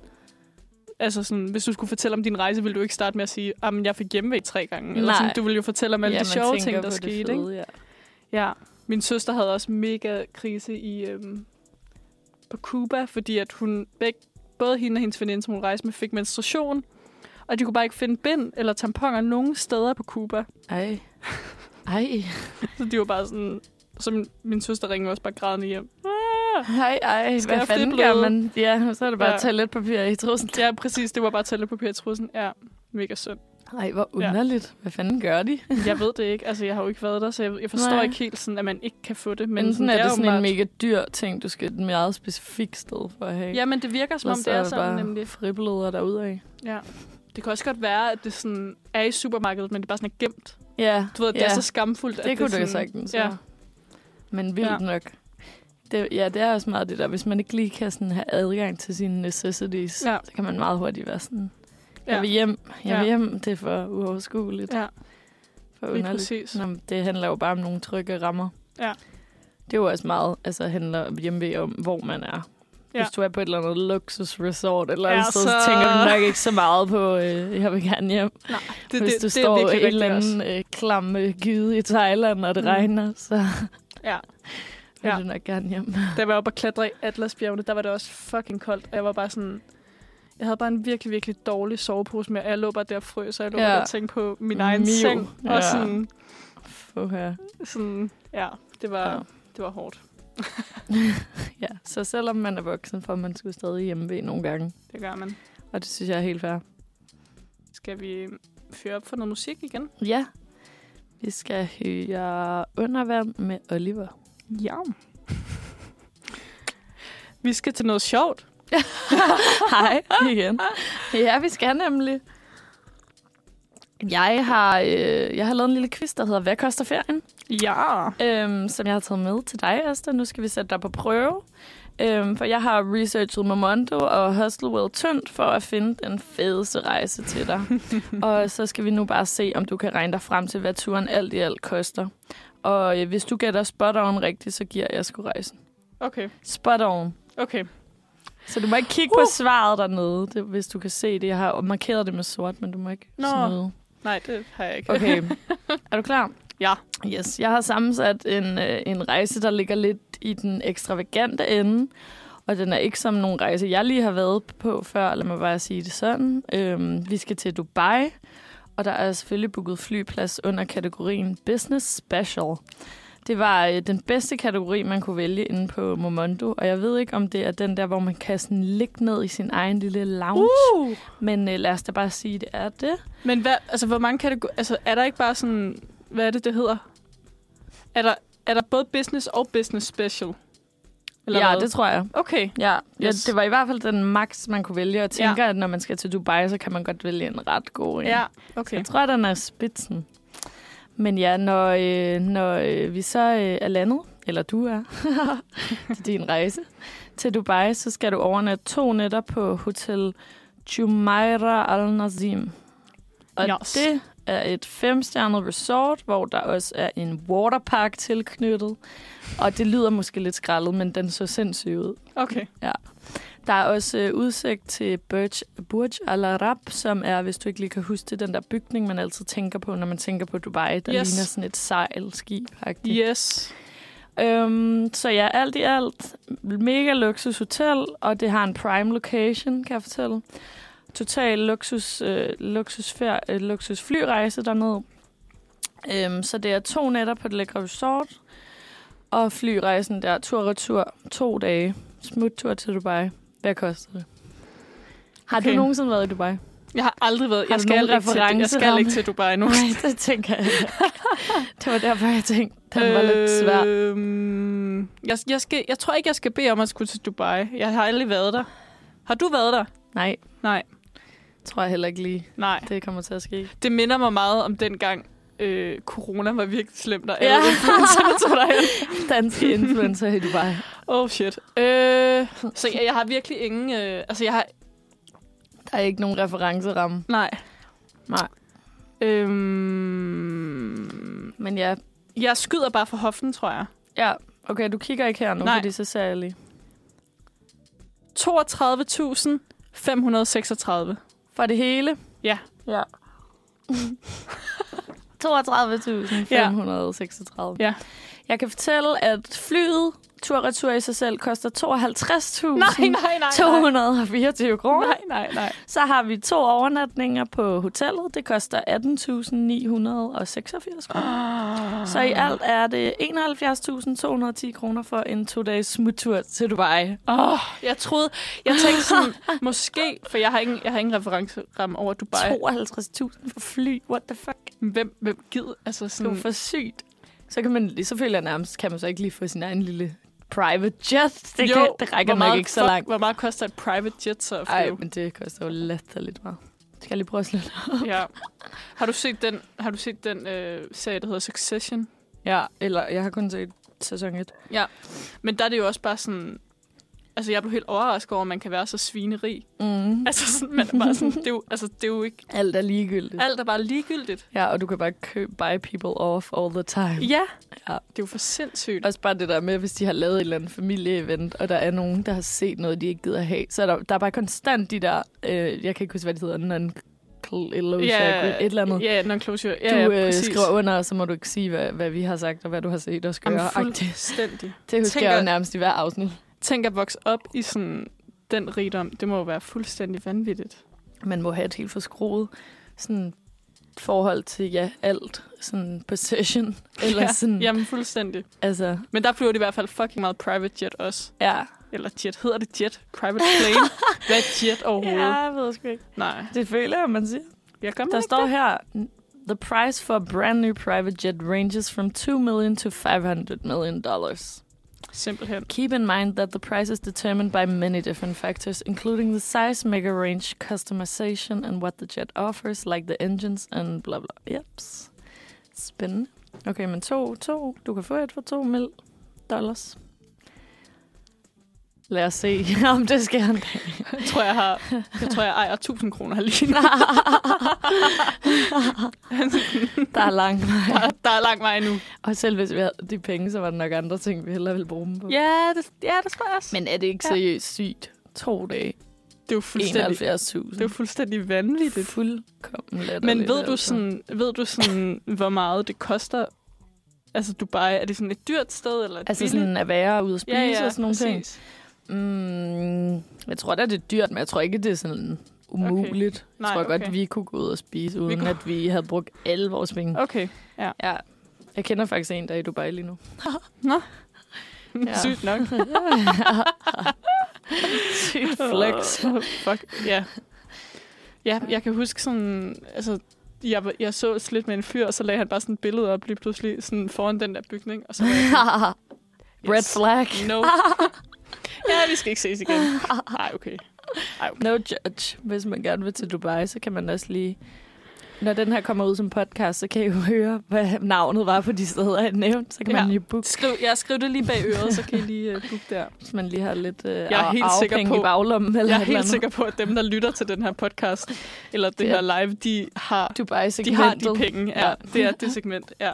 altså sådan, hvis du skulle fortælle om din rejse, ville du ikke starte med at sige, at jeg fik hjemmevæg tre gange. Eller sådan, du ville jo fortælle om alle ja, de sjove ting, der skete. Fede, ikke? Ja. Ja. Min søster havde også mega krise i, øhm, på Cuba, fordi at hun, begge, både hende og hendes veninde, som hun rejste med, fik menstruation. Og de kunne bare ikke finde bind eller tamponer nogen steder på Cuba. Ej. Ej. Så de var bare sådan... Så min, min søster ringede også bare grædende hjem. Ah, ej, ej. Hvad fanden gør man? Ja, så er det bare ja. toiletpapir i trussen. Ja, præcis. Det var bare toiletpapir i trussen. Ja, mega synd. Ej, hvor underligt. Ja. Hvad fanden gør de? Jeg ved det ikke. Altså, jeg har jo ikke været der, så jeg, jeg forstår Nej. ikke helt sådan, at man ikke kan få det. Men sådan, sådan er det, det sådan en mega dyr ting, du skal et meget specifikt sted for at have. Ja, men det virker som om, det er sådan nemlig. Fribleder derudad. Ja. Det kan også godt være, at det sådan er i supermarkedet, men det bare sådan er gemt. Ja. Du ved, det ja. er så skamfuldt. Det, det kunne du jo sagtens. Ja. Men vildt ja. nok. Det, ja, det er også meget det der. Hvis man ikke lige kan sådan have adgang til sine necessities, ja. så kan man meget hurtigt være sådan, jeg vil hjem, jeg vil hjem, det er for uoverskueligt. Ja. For underligt. Nå, det handler jo bare om nogle trygge rammer. Ja. Det er jo også meget, altså handler hjemme om, hvor man er. Ja. Hvis du er på et eller andet luksusresort eller ja, andet sted, så tænker du nok ikke så meget på, øh, jeg vil gerne hjem. Nej, det, Hvis det, du det, står det i en eller anden øh, klam øh, gyde i Thailand, og det mm. regner, så ja. vil ja. du nok gerne hjem. Da jeg var oppe og klatre i Atlasbjergene, der var det også fucking koldt, og jeg var bare sådan... Jeg havde bare en virkelig, virkelig dårlig sovepose med, og jeg lå bare der og frøs, så jeg lå ja. bare der og tænkte på min egen Miu. seng. Og ja. sådan... Fuha. Sådan, ja, det var, ja. det var hårdt. Ja, så selvom man er voksen, får man sgu stadig hjemme ved nogle gange. Det gør man. Og det synes jeg er helt fair. Skal vi fyre op for noget musik igen? Ja. Vi skal høre Under vand med Oliver. Ja. Vi skal til noget sjovt. Hej igen. Ja, vi skal nemlig. Jeg har, øh, jeg har lavet en lille quiz, der hedder Hvad koster ferien? Ja. Øhm, som jeg har taget med til dig, Asta. Nu skal vi sætte dig på prøve. Øhm, for jeg har researchet Momondo og Hostelworld tyndt for at finde den fedeste rejse til dig. Og så skal vi nu bare se, om du kan regne dig frem til, hvad turen alt i alt koster. Og øh, hvis du gætter spot on rigtigt, så giver jeg sgu rejsen. Okay. Spot on. Okay. Så du må ikke kigge uh. på svaret dernede, det, hvis du kan se det. Jeg har markeret det med sort, men du må ikke Nå. snyde. Nej, det har jeg ikke. Okay. Er du klar? Ja. Yes. Jeg har sammensat en, øh, en rejse, der ligger lidt i den ekstravagante ende. Og den er ikke som nogle rejser, jeg lige har været på før. Lad mig bare sige det sådan. Øhm, vi skal til Dubai. Og der er selvfølgelig booket flyplads under kategorien Business Special. Det var øh, den bedste kategori, man kunne vælge inde på Momondo. Og jeg ved ikke, om det er den der, hvor man kan sådan ligge ned i sin egen lille lounge. Uh! Men øh, lad os da bare sige, det er det. Men hvad, altså, hvor mange kategorier... Altså, er der ikke bare sådan... Hvad er det, det hedder? Er der, er der både business og business special? Eller ja, hvad? det tror jeg. Okay. Ja, ja, Yes. det var i hvert fald den max, man kunne vælge. Og tænker, Ja. at når man skal til Dubai, så kan man godt vælge en ret god en. Ja, Så okay. jeg tror, den er spidsen. Men ja, når, øh, når øh, vi så øh, er landet, eller du er, til din rejse til Dubai, så skal du overnatte to nætter på Hotel Jumeirah Al Nazim. Og Yes. det er et femstjernet resort, hvor der også er en waterpark tilknyttet. Og det lyder måske lidt skrællet, men den så sindssygt ud. Okay. Der er også øh, udsigt til Burj, Burj Al Arab, som er, hvis du ikke lige kan huske det, den der bygning, man altid tænker på, når man tænker på Dubai. Der Yes. ligner sådan et sejlskib. Yes. Øhm, så ja, alt i alt, mega luksus hotel, og det har en prime location, kan jeg fortælle. Total luksus, øh, luksusfer, øh, luksus flyrejse dernede. Øhm, så det er to nætter på det lækre resort, og flyrejsen der, tur-retur, to dage. Smuttur til Dubai. Hvad koster det? Har okay. Okay. du nogensinde været i Dubai? Jeg har aldrig været... Har Jeg du skal, nogen ikke til, jeg skal referenceramme? ikke til Dubai nu. Nej, det tænker jeg ikke. Det var derfor, jeg tænkte, den var øh, lidt svær. Øhm, jeg, jeg, skal, jeg tror ikke, jeg skal bede om at skulle til Dubai. Jeg har aldrig været der. Har du været der? Nej, Nej. tror jeg heller ikke lige, Nej. det kommer til at ske. Det minder mig meget om dengang, øh, corona var virkelig slemt, og Ja. alle influencerne tog derhen. Danske influencer i Dubai. Oh shit. Øh, så jeg, jeg har virkelig ingen... Øh, altså, jeg har... Der er ikke nogen referenceramme. Nej. Nej. Øhm, Men ja, jeg skyder bare for hoften, tror jeg. ja, okay, du kigger ikke her nu, Nej. fordi så ser jeg lige. toogtredive tusind fem hundrede og seksogtredive. For det hele? Ja. Ja. toogtredive tusind fem hundrede og seksogtredive. Ja. Jeg kan fortælle, at flyet tur-retur i sig selv koster tooghalvtreds Nej, tusind nej, nej, to nej. hundrede og fireogtyve kroner. Nej, nej, nej. Så har vi to overnatninger på hotellet. Det koster atten tusind ni hundrede og seksogfirs kroner. Ah. Så i alt er det enoghalvfjerds tusind to hundrede og ti kroner for en to-dages smuttur til Dubai. Oh, jeg troede, jeg tænkte sådan, måske, for jeg har ingen, jeg har ingen referenceramme over Dubai. tooghalvtreds tusind for fly. What the fuck? Hvem, hvem gider? Altså Det er sådan, jo for sygt. Så kan man lige, så føler jeg nærmest, kan man så ikke lige få sin egen lille private jet. Det, jo, kan, det rækker hvor nok meget, ikke så fuck, langt. Hvor meget koster et private jet så at Ej, flyve? men det koster jo latterligt meget. Skal jeg lige prøve at slå det op? Ja. Har du set den, har du set den øh, serie, der hedder Succession? Ja, eller jeg har kun set sæson et. Ja. Men der er det jo også bare sådan... Altså, jeg blev helt overrasket over, at man kan være så svinerig. Mm. Altså, sådan, man er bare sådan, det, er jo, altså, det er jo ikke... Alt er ligegyldigt. Alt er bare ligegyldigt. Ja, og du kan bare købe, buy people off all the time. Ja. Ja. Det er jo for sindssygt. Også bare det der med, hvis de har lavet et eller andet familieevent, og der er nogen, der har set noget, de ikke gider have, så er der, der er bare konstant de der, øh, jeg kan ikke huske, hvad det hedder, non-closure, Ja, et eller andet. Ja, non-closure. Ja, Du ja, øh, præcis. skriver under, og så må du ikke sige, hvad, hvad vi har sagt, og hvad du har set og skal Jamen, gøre. fuldstændig. Det husker Tænker- jeg jo nærmest i hver afsnit. Tænk at vokse op i sådan den rigdom. Det må jo være fuldstændig vanvittigt. Man må have et helt forskruet sådan forhold til, ja, alt. Sådan possession. Eller ja, sådan, Jamen, fuldstændig. altså, Men der flyver det i hvert fald fucking meget private jet også. ja. Eller jet. Hedder det jet? Private plane? Hvad er jet overhovedet? Ja, jeg ved sgu ikke. Nej. Det føler jeg, man siger. Jeg gør Der ikke står det. her, the price for a brand new private jet ranges from two million to five hundred million dollars. Simpelthen. Keep in mind that the price is determined by many different factors, including the size, mega range, customization, and what the jet offers, like the engines and blah blah. Jeps. Spændende. Okay, men to, to. Du kan få et for to mil dollars. Lad os se, om det sker en dag. Jeg tror, jeg har... Jeg tror, jeg ejer tusind kroner lige nu. Der er lang vej. Der, der er lang vej nu. Og selv hvis vi havde de penge, så var der nok andre ting, vi hellere ville bruge dem på. Ja, det, ja, det tror jeg også. Men er det ikke seriøst sygt? To dage. Det er jo fuldstændig, enoghalvfjerds tusind. det er jo fuldstændig vanvittigt. Fuldkommen latterligt. Men ved du, altså. sådan, ved du sådan, hvor meget det koster? Altså Dubai, er det sådan et dyrt sted? Eller et Altså billigt? sådan at være ude at spise ja, ja, og sådan nogle ting? præcis. Mm, jeg tror da, det er dyrt, men jeg tror ikke, det er sådan umuligt. Okay. Nej, jeg tror okay. godt, vi kunne gå ud og spise, uden kunne- at vi havde brugt alle vores penge. Okay, ja. Ja. Jeg kender faktisk en, der er i Dubai lige nu. Nå. Ja. Sygt nok. Sygt flex. Oh, fuck, ja. Ja, jeg kan huske sådan, altså, jeg, jeg så lidt med en fyr, og så lagde han bare sådan et billede op lige pludselig sådan foran den der bygning, og så var jeg sådan, Red flag. No. Ja, vi skal ikke ses igen. Ej, okay. Ej, okay. No judge. Hvis man gerne vil til Dubai, så kan man også lige... Når den her kommer ud som podcast, så kan I jo høre, hvad navnet var på de steder, jeg nævnte. Så kan Ja. man jo booke, Skriv, jeg skriv det lige bag øret, så kan I lige uh, booke der. hvis man lige har lidt uh, Jeg er helt sikker arvepenge på- i baglommen. Eller Jeg er et eller helt andet. sikker på, at dem, der lytter til den her podcast, eller det Det her er- live, de har, Dubai-segmentet. de har de penge. Ja, Ja. det er det segment, ja.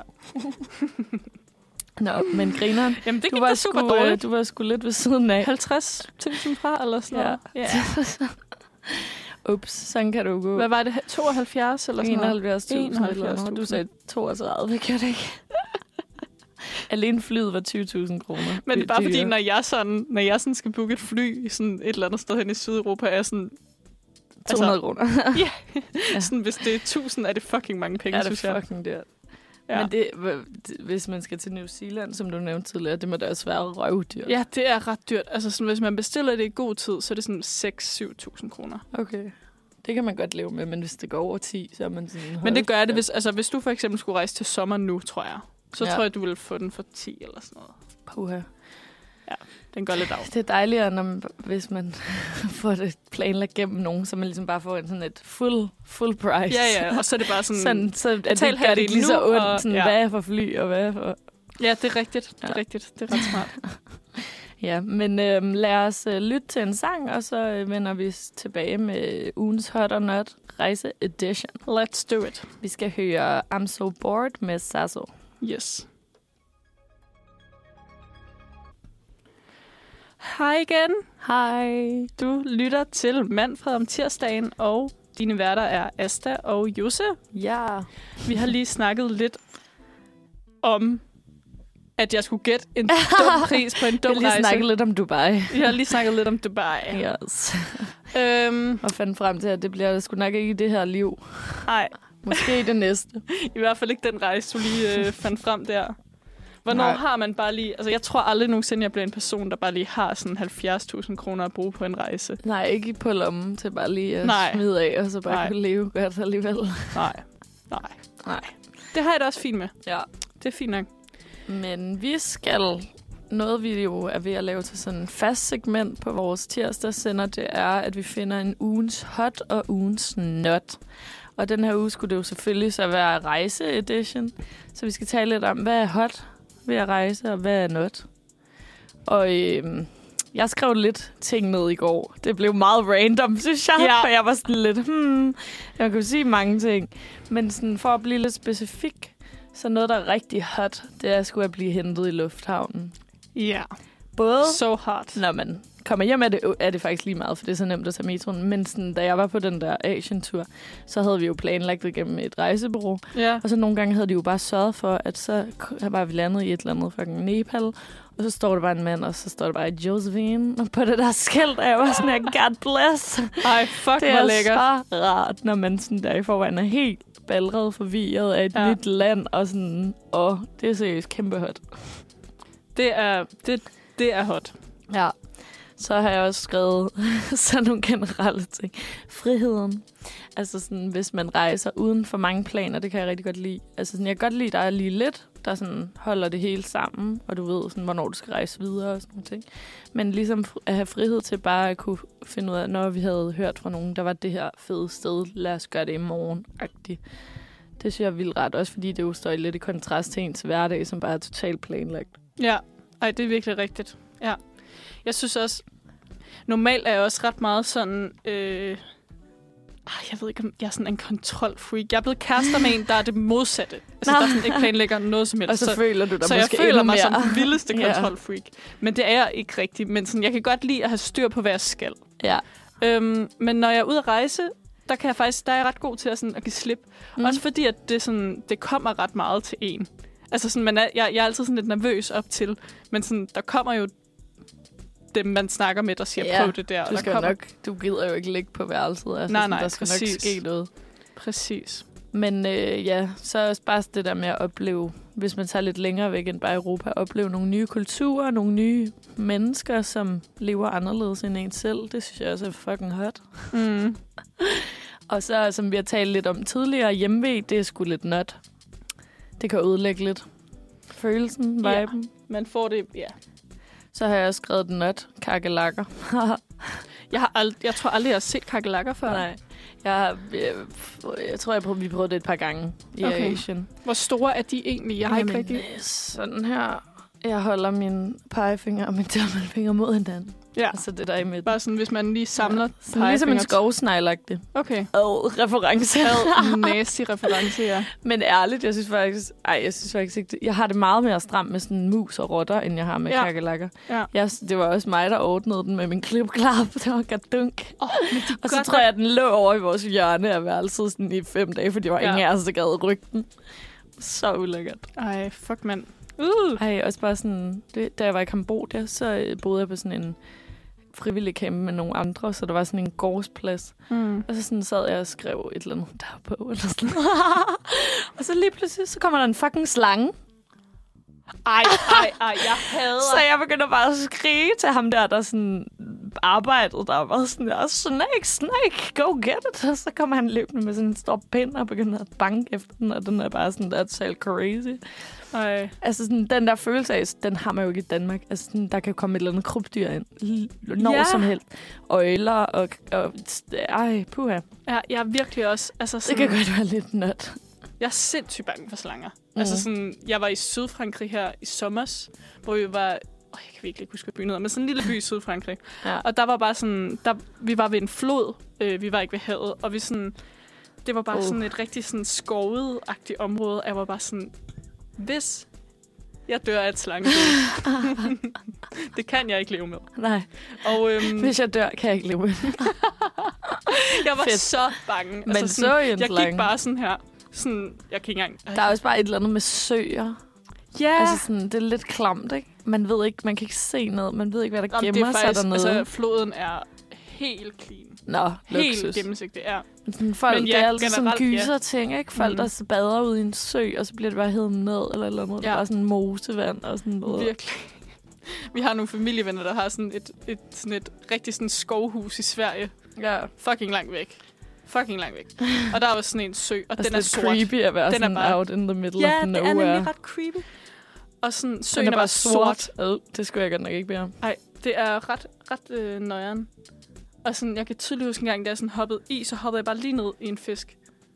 Nå, men grineren. Jamen, det Du gik var, da super sgu, dårligt. øh, du var sgu lidt ved siden af. halvtreds tusind fra, eller sådan noget. Ja. Ja. Ups, sådan kan du gå. Hvad var det? tooghalvfjerds eller sådan noget? enoghalvfjerds tusind. enoghalvfjerds Du tusind. sagde toogtredive, kan det ikke? Alene flyet var tyve tusind kroner. Men det er bare fordi, dyre. når jeg, sådan, når jeg sådan skal booke et fly sådan et eller andet sted hen i Sydeuropa, er jeg sådan, to hundrede kroner. ja. sådan, hvis det er tusind, er det fucking mange penge, Ja, det synes er jeg. fucking dyrt. Ja. Men det, hvis man skal til New Zealand, som du nævnte tidligere, det må da også være røvdyrt. Ja, det er ret dyrt. Altså, sådan, hvis man bestiller det i god tid, så er det sådan seks til syv tusind kroner. Okay. Det kan man godt leve med, men hvis det går over ti, så er man sådan... Men det gør hold det, da. hvis, altså, hvis du for eksempel skulle rejse til sommer nu, tror jeg. Så Ja. tror jeg, du ville få den for ti eller sådan noget. Puha. Den går lidt af. Det er dejligere, når man, hvis man får det planlagt gennem nogen, så man ligesom bare får en sådan et full, full price. Ja, ja, og så er det bare sådan... Sådan, så er det, Betal gør det ikke halvdelen lige så nu, ondt, og- sådan, ja. hvad er for fly, og hvad er for... Ja, det er rigtigt. Det er Ja. rigtigt. Det er ret smart. Ja, men øhm, lad os øh, lytte til en sang, og så øh, vender vi s- tilbage med ugens Hot or Not rejse edition. Let's do it. Vi skal høre I'm So Bored med Sasso. Yes. Hej igen. Hej. Du lytter til Manfred om tirsdagen, og dine værter er Asta og Josse. Ja. Vi har lige snakket lidt om, at jeg skulle gætte en dum pris på en Vi dum har lige rejse. snakket lidt om Dubai. Vi har lige snakket lidt om Dubai. Yes. Øhm, Og fandt frem til, at det bliver sgu nok ikke i det her liv. nej, Måske i det næste. i hvert fald ikke den rejse, du lige øh, fandt frem der. Hvornår Nej. har man bare lige... Altså, jeg tror aldrig nogensinde, jeg bliver en person, der bare lige har sådan halvfjerds tusind kroner at bruge på en rejse. Nej, ikke på lommen til bare lige at Nej. smide af, og så bare Nej. kunne leve godt alligevel. Nej, nej. Nej. Det har jeg da også fint med. Ja. Det er fint nok. Men vi skal... Noget, vi jo er ved at lave til sådan en fast segment på vores tirsdagssender, det er, at vi finder en ugens hot og ugens not. Og den her uge skulle det jo selvfølgelig så være rejse-edition. Så vi skal tale lidt om, hvad er hot ved at rejse, og hvad er not. Og øhm, jeg skrev lidt ting ned i går. Det blev meget random, synes jeg. Ja. For jeg var sådan lidt, hmm, jeg kunne sige mange ting. Men sådan, for at blive lidt specifik, så noget, der er rigtig hot, det er at skulle at blive hentet i lufthavnen. Ja. Både So hot. når man kommer hjem, er det, er det faktisk lige meget, for det er så nemt at tage metroen. Men sådan, da jeg var på den der Asian-tur, så havde vi jo planlagt det gennem et rejsebureau. Ja. Og så nogle gange havde de jo bare sørget for, at så var vi landet i et eller andet fucking Nepal. Og så står der bare en mand, og så står der bare Josephine på det der skilt. Og jeg var sådan her, God bless. Ej, fuck, Det hvor er lækkert. så rart, når man sådan der i forvejen er helt ballret forvirret af et Ja. ja. nyt land. Og sådan, åh, det er seriøst kæmpe hot. Det er, det, det er hot. Ja. Så har jeg også skrevet sådan nogle generelle ting. Friheden. Altså sådan, hvis man rejser uden for mange planer, det kan jeg rigtig godt lide. Altså sådan, jeg kan godt lide, at der er lige lidt, der sådan holder det hele sammen, og du ved, sådan, hvornår du skal rejse videre og sådan nogle ting. Men ligesom at have frihed til bare at kunne finde ud af, når vi havde hørt fra nogen, der var det her fede sted, lad os gøre det i morgen-agtigt. Det synes jeg er vildt ret, også fordi det jo står lidt i kontrast til ens hverdag, som bare er totalt planlagt. Ja, ej, det er virkelig rigtigt. Ja. Jeg synes også, normalt er jeg også ret meget sådan, øh, jeg ved ikke, om jeg er sådan en kontrolfreak. Jeg er blevet kærester med en, der er det modsatte. Altså, der sådan ikke planlægger noget som helst. Og så, så føler du dig så måske jeg føler mig mere. som den vildeste Ja. kontrolfreak. Men det er jeg ikke rigtigt. Men sådan, jeg kan godt lide at have styr på, hvad jeg skal. Ja. Øhm, men når jeg er ude at rejse, der kan jeg faktisk, der er jeg ret god til at, sådan, at give slip. Mm. Også fordi, at det, sådan, det kommer ret meget til en. Altså sådan, man er, jeg, jeg er altid sådan lidt nervøs op til, men sådan, der kommer jo dem, man snakker med, der siger, Ja, prøv det der. Du, der skal kommer... nok, du gider jo ikke ligge på værelset. Altså, Nej, sådan, nej, der skal præcis. nok ske noget. Præcis. Men øh, ja, så er også bare det der med at opleve, hvis man tager lidt længere væk end bare Europa, opleve nogle nye kulturer, nogle nye mennesker, som lever anderledes end en selv. Det synes jeg også er fucking hot. Mm. Og så, som vi har talt lidt om tidligere, hjemve, det er sgu lidt not. Det kan ødelægge lidt følelsen, viben. Ja. Man får det, ja. Så har jeg også skrevet den not, kakelakker. Jeg, har ald- jeg tror aldrig, jeg har set kakelakker før. Nej. Jeg, har, jeg, jeg tror, jeg prøvede, vi prøvede det et par gange i Okay. Asien. Hvor store er de egentlig? Jeg har ikke rigtig... øh, sådan her. Jeg holder min pegefinger og min tommelfinger mod hinanden. Ja. Og så det der i midten. Bare sådan, hvis man lige samler Ja. Sådan ligesom en skovsneglagtig. Okay. Ad, reference. Ad, nasty reference, ja. Men ærligt, jeg synes faktisk... Ej, jeg synes faktisk ikke... Det, jeg har det meget mere stramt med sådan mus og rotter, end jeg har med Ja. kakelakker. Ja. Jeg, det var også mig, der ordnede den med min klipklap. Det var gadunk. Oh, Og så tror jeg, at den lå over i vores hjørne af værelset sådan i fem dage, fordi der var Ja. ingen af os, der gad rykke den. Så ulækkert. Ej, fuck, mand. Uh. Ej, også bare sådan... Det, da jeg var i Kambodja, så øh, boede jeg på sådan en frivillig camp med nogle andre, så der var sådan en gårdsplads. Mm. Og så sådan sad jeg og skrev et eller andet derpå, eller sådan. Og så lige pludselig, så kommer der en fucking slange. Ej, ej, ej, jeg hader... Så jeg begynder bare at skrige til ham der, der sådan arbejdede der. Og sådan der, snake, snake, go get it. Og så kommer han løbende med sådan en stor pind og begynder at banke efter den, og den er bare sådan der totalt crazy. Ej. Altså sådan, den der følelse af, den har man jo ikke i Danmark. Altså sådan, der kan komme et eller andet krybdyr ind, når Ja. som helst. Øjler og... og ej, puha. Ja, jeg er virkelig også... Altså Det sådan, kan godt være lidt nødt. Jeg er sindssygt bange for slanger. Mm. Mm. Altså sådan, jeg var i Sydfrankrig her i sommers, hvor vi var... Åh, jeg kan virkelig ikke huske, hvad byen hedder, men sådan en lille by i Sydfrankrig. Ja. Og der var bare sådan... Der, vi var ved en flod, øh, vi var ikke ved havet, og vi sådan... Det var bare Uh. uh. sådan et rigtig sådan skovet-agtigt område. Jeg var bare sådan... Hvis jeg dør af et slange, det kan jeg ikke leve med. Nej, Og øhm, hvis jeg dør, kan jeg ikke leve. jeg var Fedt. så bange. Men altså, så sådan, I en jeg slange? gik bare sådan her. Sådan, jeg kan ikke engang... Der er også bare et eller andet med søer. Ja. Altså sådan, det er lidt klamt, ikke? Man ved ikke, man kan ikke se noget. Man ved ikke, hvad der Jamen, gemmer det er sig faktisk, dernede. altså, floden er helt clean. Nå, Helt luksus. gennemsigtig, ja. Men sådan, folk, Men ja, det er altid sådan generelt, ja. gyser ting, ikke? Folk, Mm. der så bader ud i en sø, og så bliver det bare hævet ned, eller eller andet. Ja. Det er Ja. bare sådan mosevand og sådan noget. Virkelig. Vi har nogle familievenner, der har sådan et, et, sådan et rigtig sådan skovhus i Sverige. Ja. Fucking langt væk. Fucking langt væk. Og der er også sådan en sø, og Og den er lidt sort. creepy at være Den er sådan bare- out in the middle Ja, of det er nowhere. nemlig ret creepy. Og sådan, søen Den er bare sort. Øh, det skulle jeg godt nok ikke bede om. Nej, det er ret, ret øh, nøjeren. Og sådan, jeg kan tydeligt huske en gang, da jeg sådan hoppede i, så hoppede jeg bare lige ned i en fisk.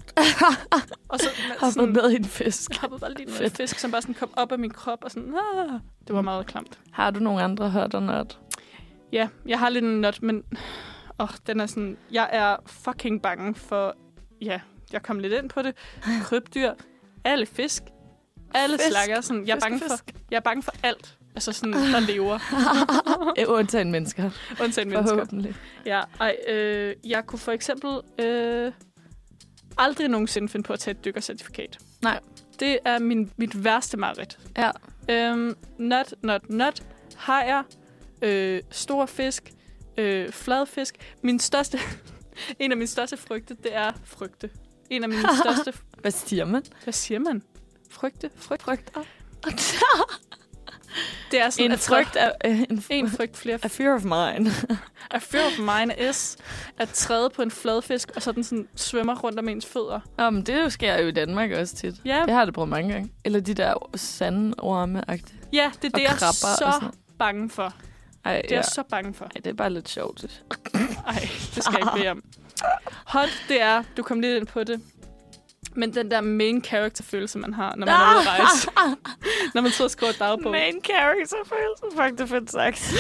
og så Hoppet ned i en fisk. Jeg hoppede bare lige ned i en Fedt. fisk, som bare sådan kom op af min krop, og sådan, ah, det var meget klamt. Har du nogle andre hot or not? Ja, jeg har lidt en not, men åh, den er sådan, jeg er fucking bange for, ja, jeg kom lidt ind på det, krybdyr, alle fisk, alle Fisk. slanger, sådan, jeg er Fisk, bange for, fisk. jeg er bange for alt, altså sådan, der lever, Øh, Undtagen mennesker. undtagen mennesker. Forhåbentlig. Ja, ej, øh, jeg kunne for eksempel øh, aldrig nogensinde finde på at tage et dykkercertifikat. Nej. Det er min, mit værste mareridt. Ja. Øhm, not, not, not. Hajer, øh, store fisk, øh, fladfisk. Min største, en af mine største frygte, det er frygte. En af mine største... Hvad siger man? Hvad siger man? Frygte? Frygt? Frygter. Det det er sådan, en at frygt af... Uh, en, en frygt flere... A fear of mine. A fear of mine is at træde på en fladfisk, og så den sådan svømmer rundt om ens fødder. Nå, men det sker jo i Danmark også tit. Ja, Det har jeg det prøvet mange gange. Eller de der sandorme-agtige. ja det er Og det, jeg er krabber og så sådan noget. bange for. Ej, Det er ja. jeg så bange for. Ej, det er bare lidt sjovt. synes jeg. Ej, det skal jeg ikke bede om. Hot, det er, du kom lidt ind på det, men den der main character-følelse, man har, når man er ude at rejse. Når man sidder og skriver dagbog. Main character-følelse. Fuck, det er fedt sagt.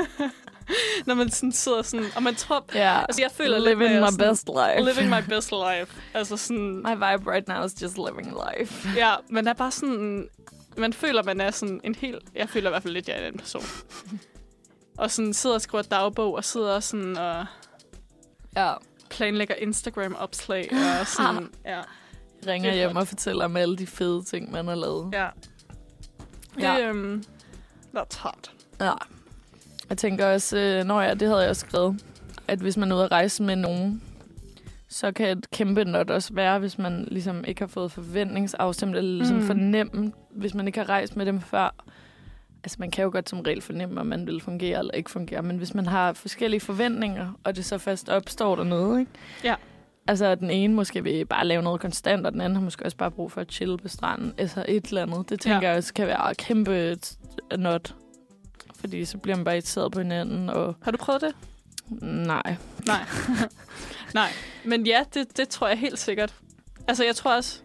Når man sådan sidder sådan, og man tror... Ja, Altså, jeg føler lidt, living når jeg my er sådan, best life. living my best life. Altså sådan... My vibe right now is just living life. Ja, man er bare sådan... Man føler, man er sådan en helt... Jeg føler i hvert fald lidt, jeg er den person. Og sådan sidder og skriver dagbog, og sidder sådan og Ja. planlægger Instagram-opslag, og sådan... Ja, Ringer Det er hjem hot. og fortæller om alle de fede ting, man har lavet. ja. Det, Ja. øhm, that's hot. Ja. Jeg tænker også, øh, når jeg, det havde jeg også skrevet, at hvis man er ude at rejse med nogen, så kan et kæmpe not også være, hvis man ligesom ikke har fået forventningsafstemt, eller ligesom Mm. fornemme, hvis man ikke har rejst med dem før. Altså man kan jo godt som regel fornemme, om man vil fungere eller ikke fungere, men hvis man har forskellige forventninger, og det så først opstår der noget, ikke? Ja. Altså den ene måske vil bare lave noget konstant, og den anden har måske også bare brug for at chille på stranden, altså et eller andet. Det tænker Ja. jeg også kan være kæmpe not. Fordi så bliver man bare irriteret på hinanden, og Har du prøvet det? nej. Nej. Nej. Men ja, det, det tror jeg helt sikkert. Altså, jeg tror også...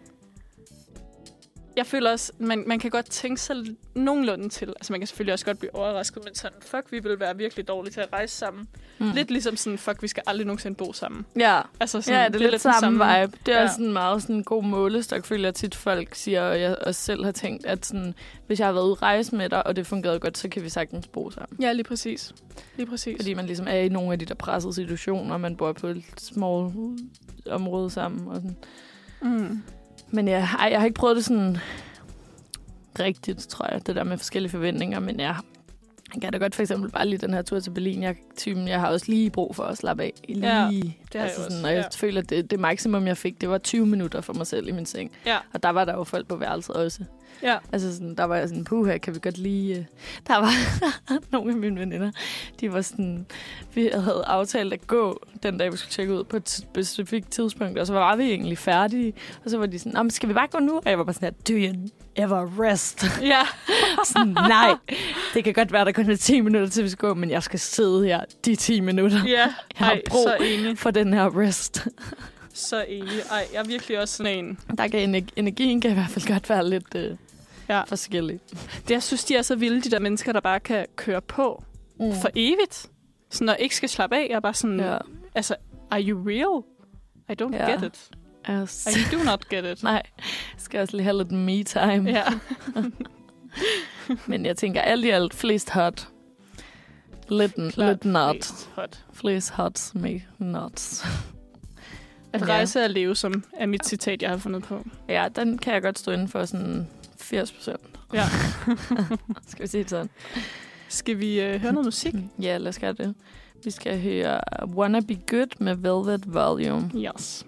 Jeg føler også, man, man kan godt tænke sig nogenlunde til. Altså, man kan selvfølgelig også godt blive overrasket, men sådan, fuck, vi vil være virkelig dårlige til at rejse sammen. Mm. Lidt ligesom sådan, fuck, vi skal aldrig nogensinde bo sammen. Ja, Altså, sådan, ja det er lidt, lidt den samme vibe. Det er Ja. også sådan en meget sådan god målestok, føler jeg tit folk siger, og jeg også selv har tænkt, at sådan, hvis jeg har været ude at rejse med dig, og det fungerede godt, så kan vi sagtens bo sammen. Ja, lige præcis. Lige præcis. Fordi man ligesom er i nogle af de der pressede situationer, og man bor på et small område sammen. Og sådan. Mm. Men ja, ej, jeg har ikke prøvet det sådan rigtigt, tror jeg, det der med forskellige forventninger, men ja, jeg kan da godt for eksempel bare lige den her tur til Berlin. Jeg, typen, jeg har også lige brug for at slappe af. Lige. Ja, det har altså jeg også, sådan, og jeg ja. føler, at det, det maksimum, jeg fik, det var tyve minutter for mig selv i min seng. Ja. Og der var der jo folk på værelset også. Ja. Altså sådan, der var jeg sådan, puha, kan vi godt lige... Uh... Der var nogle af mine veninder, de var sådan... Vi havde aftalt at gå den dag, vi skulle tjekke ud på et specifikt tidspunkt, og så var vi egentlig færdige. Og så var de sådan, men skal vi bare gå nu? Og jeg var bare sådan her, do you ever rest? Ja. sådan, nej, det kan godt være, der kun er ti minutter til, vi skal gå, men jeg skal sidde her de ti minutter. Ja. Jeg har Ej, brug så enig. for den her rest. Så enig. Ej, jeg er virkelig også sådan en. Der kan ener- energien kan i hvert fald godt være lidt øh, Ja. forskellig. Det, jeg synes, de er så vilde, de der mennesker, der bare kan køre på mm. for evigt. Sådan, og ikke skal slappe af. Jeg er bare sådan, Ja. altså, are you real? I don't Ja. get it. Yes. I do not get it. Nej, jeg skal også lige have lidt me-time. Ja. Men jeg tænker alt i alt, flest hot. Lidt, lidt not. Flest hot. Flest hot, me nuts. At Ja. rejse og leve, som er mit citat, jeg har fundet på. Ja, den kan jeg godt stå inden for sådan firs procent. Ja. Skal vi sige det sådan? Skal vi øh, høre noget musik? Ja, lad os gøre det. Vi skal høre Wanna Be Good med Velvet Volume. Yes.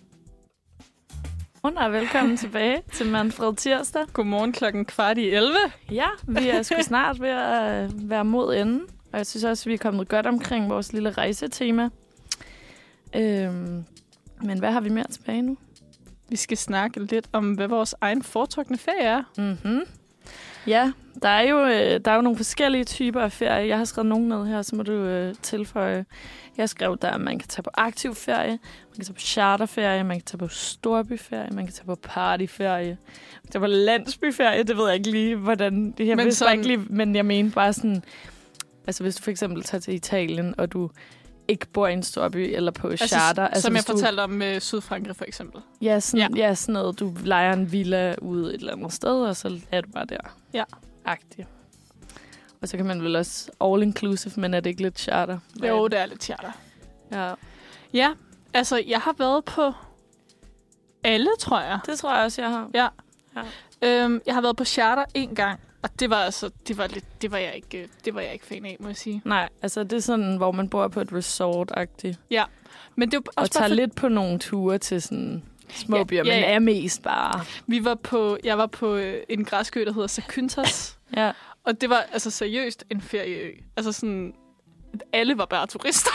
Og velkommen tilbage til Manfred Tirsdag. Godmorgen klokken kvart i elleve. Ja, vi er sgu snart ved at øh, være mod enden. Og jeg synes også, at vi er kommet godt omkring vores lille rejsetema. Øhm, men hvad har vi mere tilbage nu? Vi skal snakke lidt om, hvad vores egen foretrukne ferie er. Mm-hmm. Ja, der er, jo, øh, der er jo nogle forskellige typer af ferie. Jeg har skrevet nogle ned her, så må du øh, tilføje. Jeg skrev der, at man kan tage på aktiv ferie, man kan tage på charterferie, man kan tage på storbyferie, man kan tage på partyferie, man kan tage på landsbyferie. Det ved jeg ikke lige, hvordan... Jeg Men vidste sådan- ikke lige, men jeg mener bare sådan... Altså hvis du for eksempel tager til Italien, og du ikke bor i en storby eller på altså, charter. Altså, som jeg hvis du, fortalte om med Sydfrankrig for eksempel. Ja, sådan, Ja. ja. ja, sådan noget. Du lejer en villa ude et eller andet sted, og så er du bare der. Ja. Agtig. Og så kan man vel også all-inclusive, men er det ikke lidt charter? Jo, det er lidt charter. Ja, Ja, altså jeg har været på alle, tror jeg. det tror jeg også, jeg har. Ja. Ja. Øhm, jeg har været på charter en gang, og det var altså, det var lidt, det var jeg ikke, det var jeg ikke fan af, må jeg sige. Nej, altså det er sådan, hvor man bor på et resort-agtigt. Men det var Og også tager bare for, lidt på nogle ture til sådan små Ja, byer, ja, men ja. er mest bare... vi var på, jeg var på øh, en græsø, der hedder Zakynthos, Ja, Og det var altså seriøst en ferieø. Altså sådan, alle var bare turister.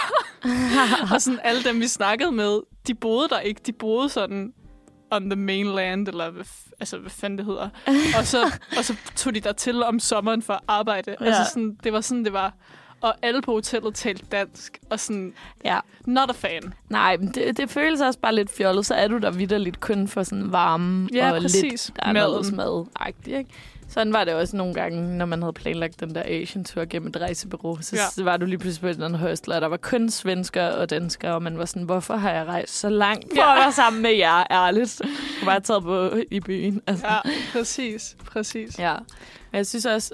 Og sådan alle dem, vi snakkede med, de boede der ikke. De boede sådan on the mainland, eller hvad, altså, hvad fanden det hedder. Og så, og så tog de der til om sommeren for at arbejde. Ja. Altså sådan, det var sådan, det var. Og alle på hotellet talte dansk. Og sådan, ja. Not a fan. Nej, men det, det føles også bare lidt fjollet. Så er du der vitterligt kun for sådan varme ja, og præcis. Lidt anderledes mad-agtigt, ikke? Sådan var det også nogle gange, når man havde planlagt den der Asian-tur gennem et rejsebureau. Så, ja. så var du lige pludselig på den hostel, og der var kun svensker og danskere, og man var sådan, hvorfor har jeg rejst så langt for ja. at være sammen med jer, ærligt? Jeg var bare taget på i byen. Altså. Ja, præcis. præcis. Ja, men jeg synes også,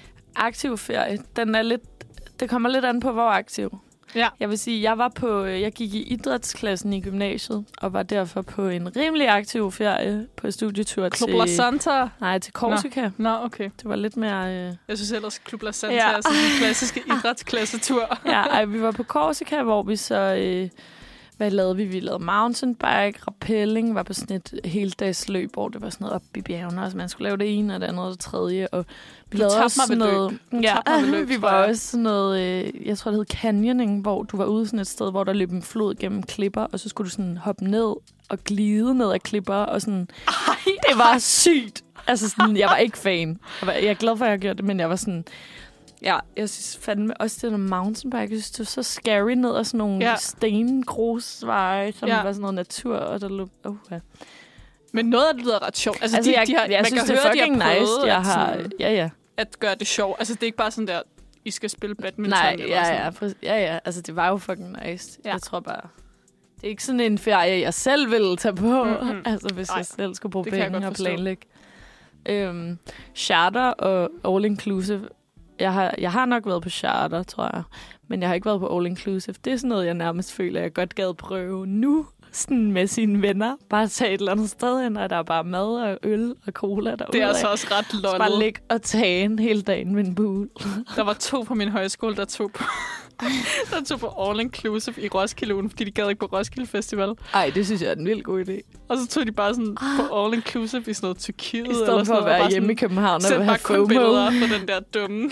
aktiv ferie, den er lidt, det kommer lidt an på, hvor aktiv. Ja. Jeg vil sige, jeg var på, jeg gik i idrætsklassen i gymnasiet, og var derfor på en rimelig aktiv ferie på studietur til... Club La Santa? Nej, til Korsika. Nå, Nå okay. Det var lidt mere... Øh... Jeg synes ellers, Club La Santa ja. er sådan en klassiske idrætsklassetur. Ja, ej, vi var på Korsika, hvor vi så... Øh, hvad lavede vi? Vi lavede mountainbike, rappelling, var på sådan et heldagsløb, hvor det var sådan noget op i bjergene, altså man skulle lave det ene og det andet og det tredje, og vi du lavede også sådan noget... Ja, løb, vi var også sådan noget, øh, jeg tror det hed canyoning, hvor du var ude sådan et sted, hvor der løb en flod gennem klipper, og så skulle du sådan hoppe ned og glide ned ad klipper, og sådan... Ej, det var sygt! Altså sådan, jeg var ikke fan. Jeg, var, jeg er glad for, at jeg har gjort det, men jeg var sådan... Ja, jeg synes fandme også, det der mountainbike, jeg synes, det var så scary ned ad sådan nogle ja. stengrusveje, som ja. var sådan noget natur, og der løb... Oh, ja. Men noget af det lyder ret sjovt. Altså, altså de, jeg, de har, jeg man synes, kan det er høre, fucking de har nice. Jeg har, at, ja, ja. at gøre det sjovt. Altså, det er ikke bare sådan der, I skal spille badminton. Nej, eller ja, sådan. ja, ja, ja. Altså, det var jo fucking nice. Ja. Jeg tror bare... Det er ikke sådan en ferie, jeg selv ville tage på, mm-hmm. altså, hvis Ej, jeg selv skulle bruge penge og planlægge. Øhm, charter og all-inclusive... Jeg har, jeg har nok været på charter, tror jeg. Men jeg har ikke været på all-inclusive. Det er sådan noget, jeg nærmest føler, jeg godt gad prøve nu. Sådan med sine venner. Bare tage et eller andet sted hen, og der er bare mad og øl og cola derude. Det er altså også ret lollet. Bare ligge og tage en hele dagen med en pool. Der var to på min højskole, der tog på, der tog på all-inclusive i Roskilde, fordi de gad ikke på Roskilde Festival. Ej, det synes jeg er en vild god idé. Og så tog de bare sådan ah. på all-inclusive i sådan noget Tyrkiet. I stedet for at være hjemme sådan, i København og have FOMO. Send bare kun billeder på den der dumme...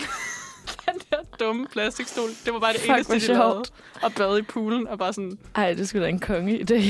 den der dumme plastikstol. Det var bare det Fuck, eneste, de lavede. Og bade i poolen og bare sådan... Ej, det skulle da en konge-idé.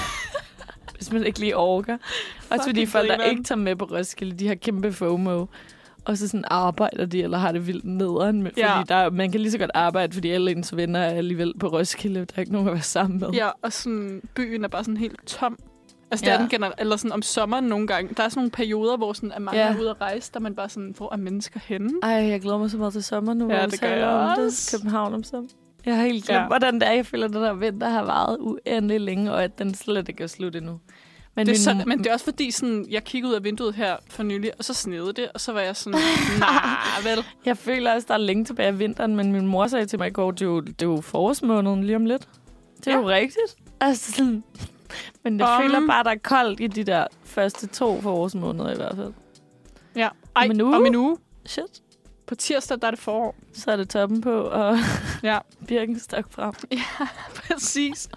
Hvis man ikke lige orker. Også fordi folk, der ikke tager med på Roskilde, de har kæmpe FOMO. Og så sådan arbejder de, eller har det vildt nederen med. Ja. Fordi der, man kan lige så godt arbejde, fordi alle ens venner er alligevel på Roskilde. Der er ikke nogen at være sammen med. Ja, og sådan, byen er bare sådan helt tom. Altså, ja. det er den generelt, eller sådan om sommeren nogle gange. Der er sådan nogle perioder, hvor sådan, er mange ja. er ude at rejse, der man bare sådan, hvor er mennesker henne? Ej, jeg glæder mig så meget til sommer nu. Ja, det gør jeg om også. Det. København om sommer. Jeg har helt glemt, ja. hvordan det er. Jeg føler, at den der vinter har varet uendelig længe, og at den slet ikke er slut endnu. Men, det er min... så, men det er også fordi, sådan, jeg kiggede ud af vinduet her for nylig, og så snede det, og så var jeg sådan, nej, vel. Jeg føler også, der er længe tilbage af vinteren, men min mor sagde til mig i går, det er jo, det er jo forårsmåneden lige om lidt. Det er ja. jo rigtigt. Altså sådan... Men jeg um, føler bare, der er koldt i de der første to forårsmåneder i hvert fald. Ja. Ej, om en uge. Om en uge. Shit. På tirsdag, der er det forår. Så er det toppen på, og ja. Birkenstock frem. Ja, præcis.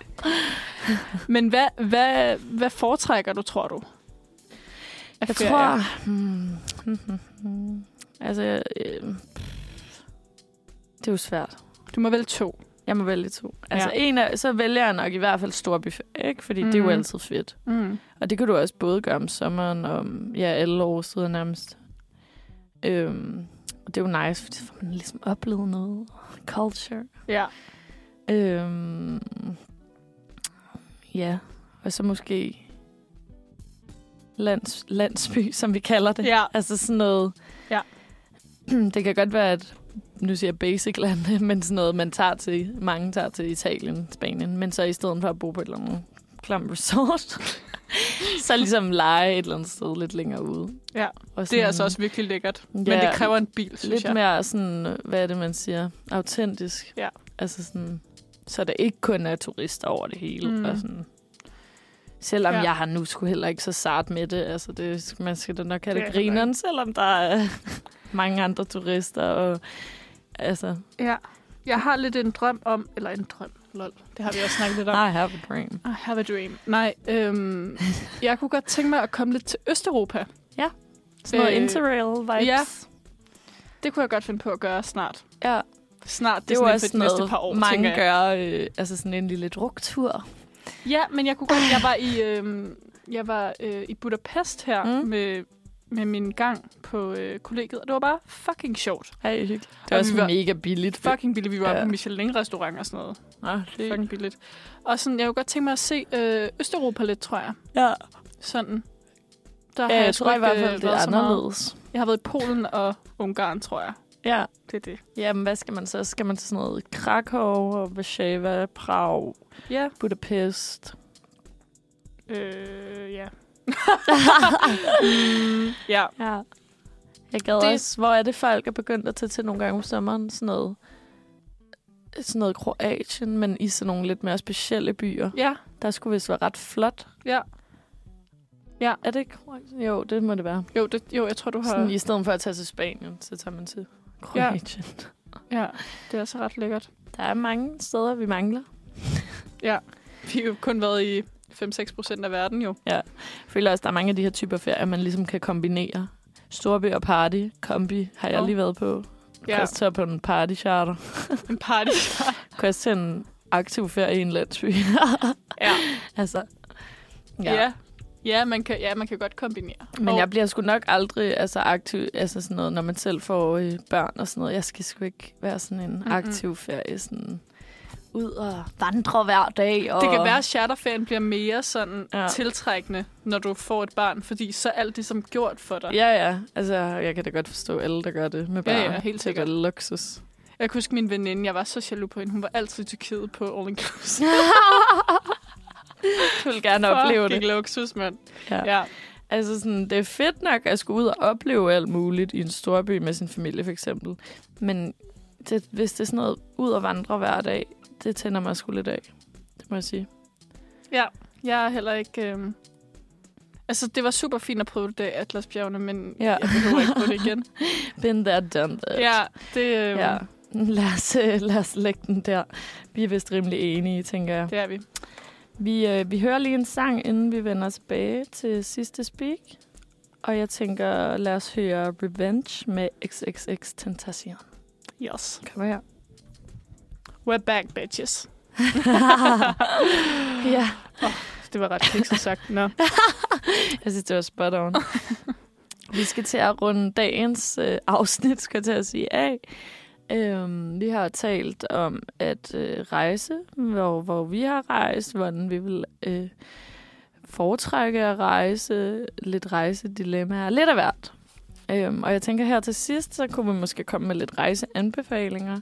Men hvad, hvad, hvad foretrækker du, tror du? Jeg ferie? tror... Hmm, hmm, hmm, hmm. Altså, øh, det er jo svært. Du må vælge to. Jeg må vælge to. Altså, ja. en af, så vælger jeg nok i hvert fald storbyferie, ikke? Fordi mm. det er jo altid fedt. Mm. Og det kan du også både gøre om sommeren og ja, alle årstider nærmest. Øhm, og det er jo nice, fordi så får man ligesom oplevet noget. Culture. Ja. Øhm, ja. Og så måske lands, landsby, som vi kalder det. Ja. Altså sådan noget... Ja. Det kan godt være, at nu siger jeg basic land, men sådan noget, man tager til, mange tager til Italien, Spanien, men så i stedet for at bo på et eller andet klam resort, så ligesom lege et eller andet sted lidt længere ude. Ja, og sådan, det er altså også virkelig lækkert. Ja, men det kræver en bil, synes lidt jeg. Lidt mere sådan, hvad er det, man siger, autentisk. Ja. Altså sådan, så der ikke kun er turister over det hele. Mm. Og sådan, selvom ja. jeg har nu sgu heller ikke så sart med det. Altså det, man skal da nok have det, det grineren, selvom der er mange andre turister. Og, altså. Ja, jeg har lidt en drøm om, eller en drøm, lol, det har vi også snakket lidt om. I have a dream. I have a dream. Nej, øhm, jeg kunne godt tænke mig at komme lidt til Østeuropa. Ja, sådan noget øh, interrail-vibes. Ja. Det kunne jeg godt finde på at gøre snart. Ja. Snart, det, Det det er er jo sådan også for de næste noget, par år, mange tænker jeg. gør, øh, altså sådan en lille druktur. Ja, men jeg kunne godt... Jeg var i, øh, jeg var, øh, i Budapest her Mm. mm. med, med min gang på øh, kollegiet, og det var bare fucking sjovt. Ej, hyggeligt. Det Og er også vi var- mega billigt. Fucking billigt. Vi var Ja. ja. på Michelin-restaurant og sådan noget. Ah, det Fucking billigt. Og sådan, jeg kunne godt tænke mig at se øh, Østeuropa lidt, tror jeg. Ja. Sådan. Der Ja, har jeg, jeg tror sgu i hvert ikke, fald, øh, det er været så meget. anderledes. Jeg har været i Polen og Ungarn, tror jeg. Ja. Det er det. Jamen, hvad skal man så? Skal man til sådan noget Krakow og Warszawa, Prag, Ja. Budapest? Øh, ja. mm, ja. Ja. Jeg gad Det- det... også, hvor er det folk er begyndt at tage til nogle gange om sommeren? Sådan noget, sådan noget Kroatien, men i sådan nogle lidt mere specielle byer. Ja. Der skulle vist være ret flot. Ja. Ja. Er det ikke Kroatien? Jo, det må det være. Jo, det, jo, jeg tror, du har... Sådan, i stedet for at tage til Spanien, så tager man til Kroatien. Ja, det er så ret lækkert. Der er mange steder, vi mangler. Ja. Vi har jo kun været i fem til seks procent af verden, jo. Jeg føler også, der er mange af de her typer ferier, man ligesom kan kombinere. Storby og party, kombi, har jeg Oh. lige været på. Jeg Ja. kan også tage på en party charter. En party. Jeg kan også tage en aktiv ferie i en landsby. ja. altså, Ja. ja. Ja, man kan, ja, man kan godt kombinere. Men Og- jeg bliver sgu nok aldrig altså, aktiv, altså sådan noget, når man selv får øh, børn og sådan noget. Jeg skal sgu ikke være sådan en Mm-mm. aktiv ferie, sådan ud og vandre hver dag. Og... Det kan være, at charterferien bliver mere sådan Ja. ja. tiltrækkende, når du får et barn, fordi så er alt det som gjort for dig. Ja, ja. Altså, jeg kan da godt forstå alle, der gør det med børn. Ja, ja, helt Det sikkert. er luksus. Jeg kan huske min veninde, jeg var så jaloux på hende. Hun var altid i Tyrkiet på All Inclusive. Du vil gerne opleve det. Fucking luksus, mand. Ja. Ja. Altså, sådan, det er fedt nok at skulle ud og opleve alt muligt i en storby med sin familie, for eksempel. Men det, hvis det er sådan noget ud og vandre hver dag, det tænder mig sgu lidt af. Det må jeg sige. Ja, jeg er heller ikke... Øh... Altså, det var super fint at prøve det der i Atlasbjergene, men Ja. ja. jeg behøver ikke prøve det igen. Been there, done that. Ja, det, øh... Ja. Lad os, øh, lad os lægge den der. Vi er vist rimelig enige, tænker jeg. det er vi. Vi, øh, vi hører lige en sang, inden vi vender tilbage til sidste speak. Og jeg tænker, lad os høre Revenge med X X X Tentacion. Yes. Kom her. We're back, bitches. Ja. Det var ret kikset sagt. Nå. Jeg synes, det var spot on. Vi skal til at runde dagens øh, afsnit, skal jeg til at sige af. Øhm, vi har talt om at øh, rejse, hvor, hvor vi har rejst, hvordan vi vil øh, foretrække at rejse, lidt rejsedilemmaer, lidt af hvert. Øhm, og jeg tænker her til sidst, så kunne vi måske komme med lidt rejseanbefalinger,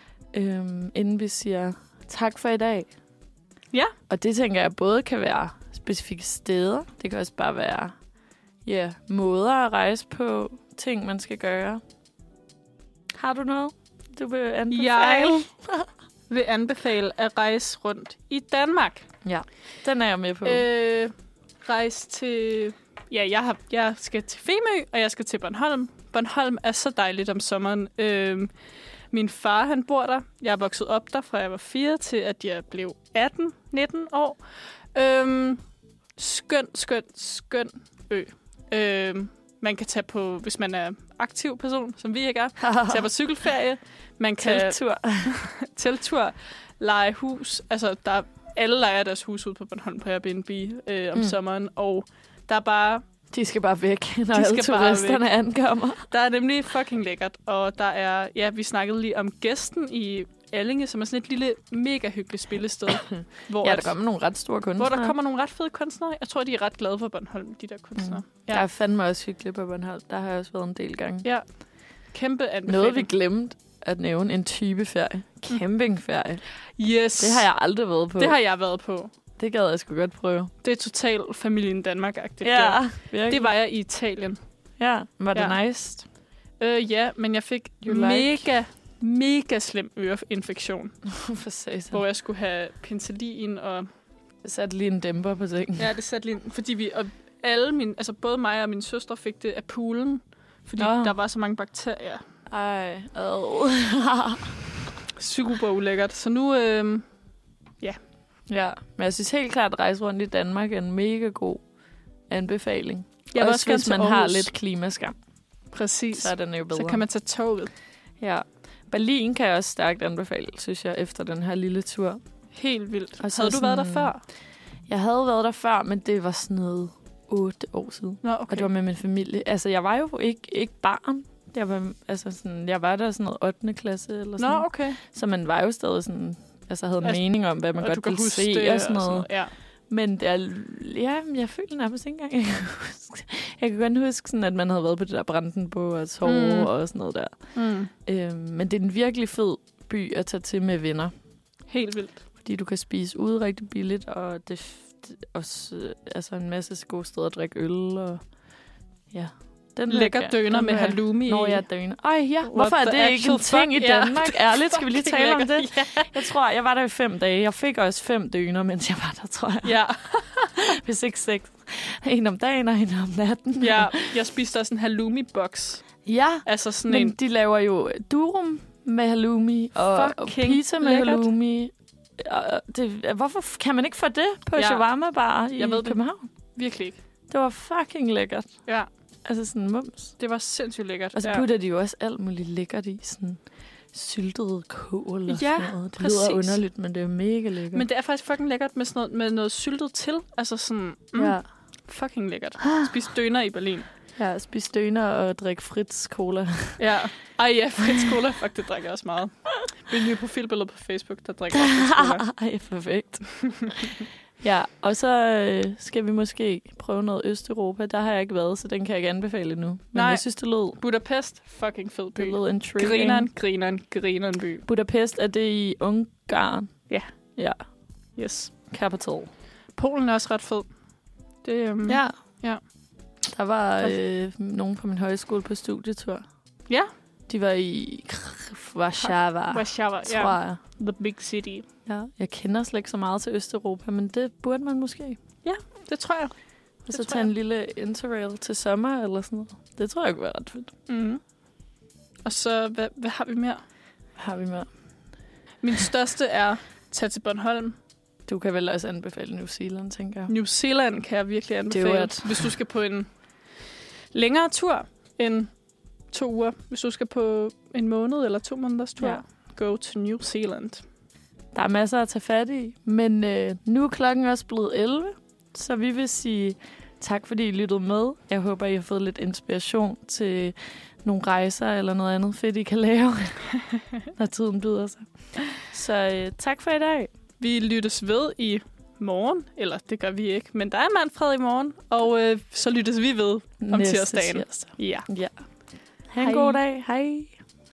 øhm, inden vi siger tak for i dag. Ja. Og det tænker jeg både kan være specifikke steder, det kan også bare være ja, måder at rejse på, ting man skal gøre. Har du noget, du vil anbefale? Jeg vil anbefale at rejse rundt i Danmark. Ja, den er jeg med på. Øh, rejse til... Ja, jeg, har, jeg skal til Femø, og jeg skal til Bornholm. Bornholm er så dejligt om sommeren. Øh, min far, han bor der. Jeg er vokset op der, fra jeg var fire til, at jeg blev atten nitten år. Øh, skøn, skøn, skøn ø. Øh, man kan tage på, hvis man er aktiv person, som vi ikke er, tage på cykelferie. Man kan Teltur. teltur, lege hus. Altså, der er, alle leger deres hus ud på Bornholm på Airbnb øh, om Mm. mm. sommeren, og der er bare, De skal bare væk, når De alle skal bare turisterne væk. ankommer. der er nemlig fucking lækkert, og der er, ja, vi snakkede lige om Gæsten i Allinge, som er sådan et lille, mega hyggeligt spillested, hvor, Ja, at- der kommer nogle ret store kunstnere. hvor der kommer nogle ret fede kunstnere. Jeg tror, de er ret glade for Bornholm, de der kunstnere. Mm. Ja. Der er fandme også hyggeligt på Bornholm. Der har jeg også været en del gange. Ja, kæmpe anbefaling. Noget, vi glemte at nævne, en type ferie. Campingferie. Yes. Det har jeg aldrig været på. Det har jeg været på. Det gad jeg sgu godt prøve. Det er totalt familien Danmark-agtigt. Ja, Det, virkelig. det var jeg i Italien. Ja, var det Ja. nice? Øh, ja, men jeg fik You like? mega, mega slem øreinfektion, For satan. hvor jeg skulle have penicillin, og Jeg satte lige en dæmper på ting. ja, det satte lige, fordi vi, og alle mine, altså både mig og min søster fik det af poolen, fordi Nå. der var så mange bakterier. Ej, ad. Super ulækkert. Så nu, øh, Ja, men jeg synes helt klart, at rejse rundt i Danmark er en mega god anbefaling. jeg vil også også gerne hvis til man har Aarhus. lidt klimaskam. Præcis. Så er den jo bedre. Så kan man tage toget. Ja. Berlin kan jeg også stærkt anbefale, synes jeg, efter den her lille tur. Helt vildt. Og så Havde du sådan, været der før? Jeg havde været der før, men det var sådan noget otte år siden. Nå, Okay. Og det var med min familie. Altså, jeg var jo ikke, ikke barn. Jeg var, altså sådan, jeg var der sådan noget ottende klasse eller sådan. Nå, okay. Så man var jo stadig sådan, altså havde en Altså, mening om, hvad man godt ville se det og sådan noget. Og sådan noget. Ja. Men det er, ja, jeg følte nærmest ikke engang, jeg kan huske. Jeg kan godt huske, sådan, at man havde været på det der Brandenburg og Torv mm. og sådan noget der. Mm. Øhm, men det er en virkelig fed by at tage til med venner. Helt vildt. Fordi du kan spise ude rigtig billigt, og det er også altså en masse gode steder at drikke øl. Og ja. Den lækker døner med halloumi. Nå ja, døner. Ej ja, hvorfor er det ikke en ting i Danmark? Yeah. Ærligt, skal vi lige tale om det? Yeah. Jeg tror, jeg var der i fem dage. Jeg fik også fem døner, mens jeg var der, tror jeg. Ja. Hvis ikke seks. En om dagen og en om natten. Ja, jeg spiste også en halloumi-boks. Ja, altså sådan men en... de laver jo durum med halloumi og, og pizza med lækkert. halloumi. Det, hvorfor kan man ikke få det på ja. shawarma bar i jeg ved København? Det. Virkelig ikke. Det var fucking lækkert. Ja. Altså sådan mums. Det var sindssygt lækkert. Og så putter ja. de jo også alt muligt lækkert i. Sådan syltede kål og ja, sådan noget. Det præcis. lyder underligt, men det er mega lækkert. Men det er faktisk fucking lækkert med, sådan noget, med noget syltet til. Altså sådan, mm, ja. fucking lækkert. Spis døner i Berlin. Ja, spis døner og drik Fritz Cola. Ja. Ej ja, Fritz Cola. Fuck, det drikker jeg også meget. Min nye profilbillede på Facebook, der drikker jeg Fritz Cola. Ej, perfekt. Ja, og så øh, skal vi måske prøve noget Østeuropa. Der har jeg ikke været, så den kan jeg ikke anbefale endnu. Men Nej. jeg synes, det lød... Budapest, fucking fed by. Det lød intriguing. Grineren, grineren, grineren by. Budapest, er det i Ungarn? Ja. Ja. Yes. Capital. Polen er også ret fed. Det, um, ja. ja. Der var øh, nogen på min højskole på studietur. Ja. De var i Warszawa, Warszawa, tror ja. jeg. The big city. Ja, jeg kender slet ikke så meget til Østeuropa, men det burde man måske. Ja, det tror jeg. Og så tage en lille interrail til sommer eller sådan noget. Det tror jeg kunne være ret fedt. Mm-hmm. Og så, hvad, hvad har vi mere? Hvad har vi mere? Min største er tage til Bornholm. Du kan vel også anbefale New Zealand, tænker jeg. New Zealand kan jeg virkelig anbefale, hvis du skal på en længere tur end to uger. Hvis du skal på en måned eller to måneders tur, ja. Go to New Zealand. Der er masser at tage fat i, men øh, nu er klokken også blevet elleve, så vi vil sige tak, fordi I lyttede med. Jeg håber, I har fået lidt inspiration til nogle rejser eller noget andet fedt, I kan lave, når tiden byder sig. Så øh, tak for i dag. Vi lyttes ved i morgen, eller det gør vi ikke, men der er Manfred i morgen, og øh, så lyttes vi ved om Næste tirsdagen. Tirsdag. Ja. ja. Ha' en god dag. Hej.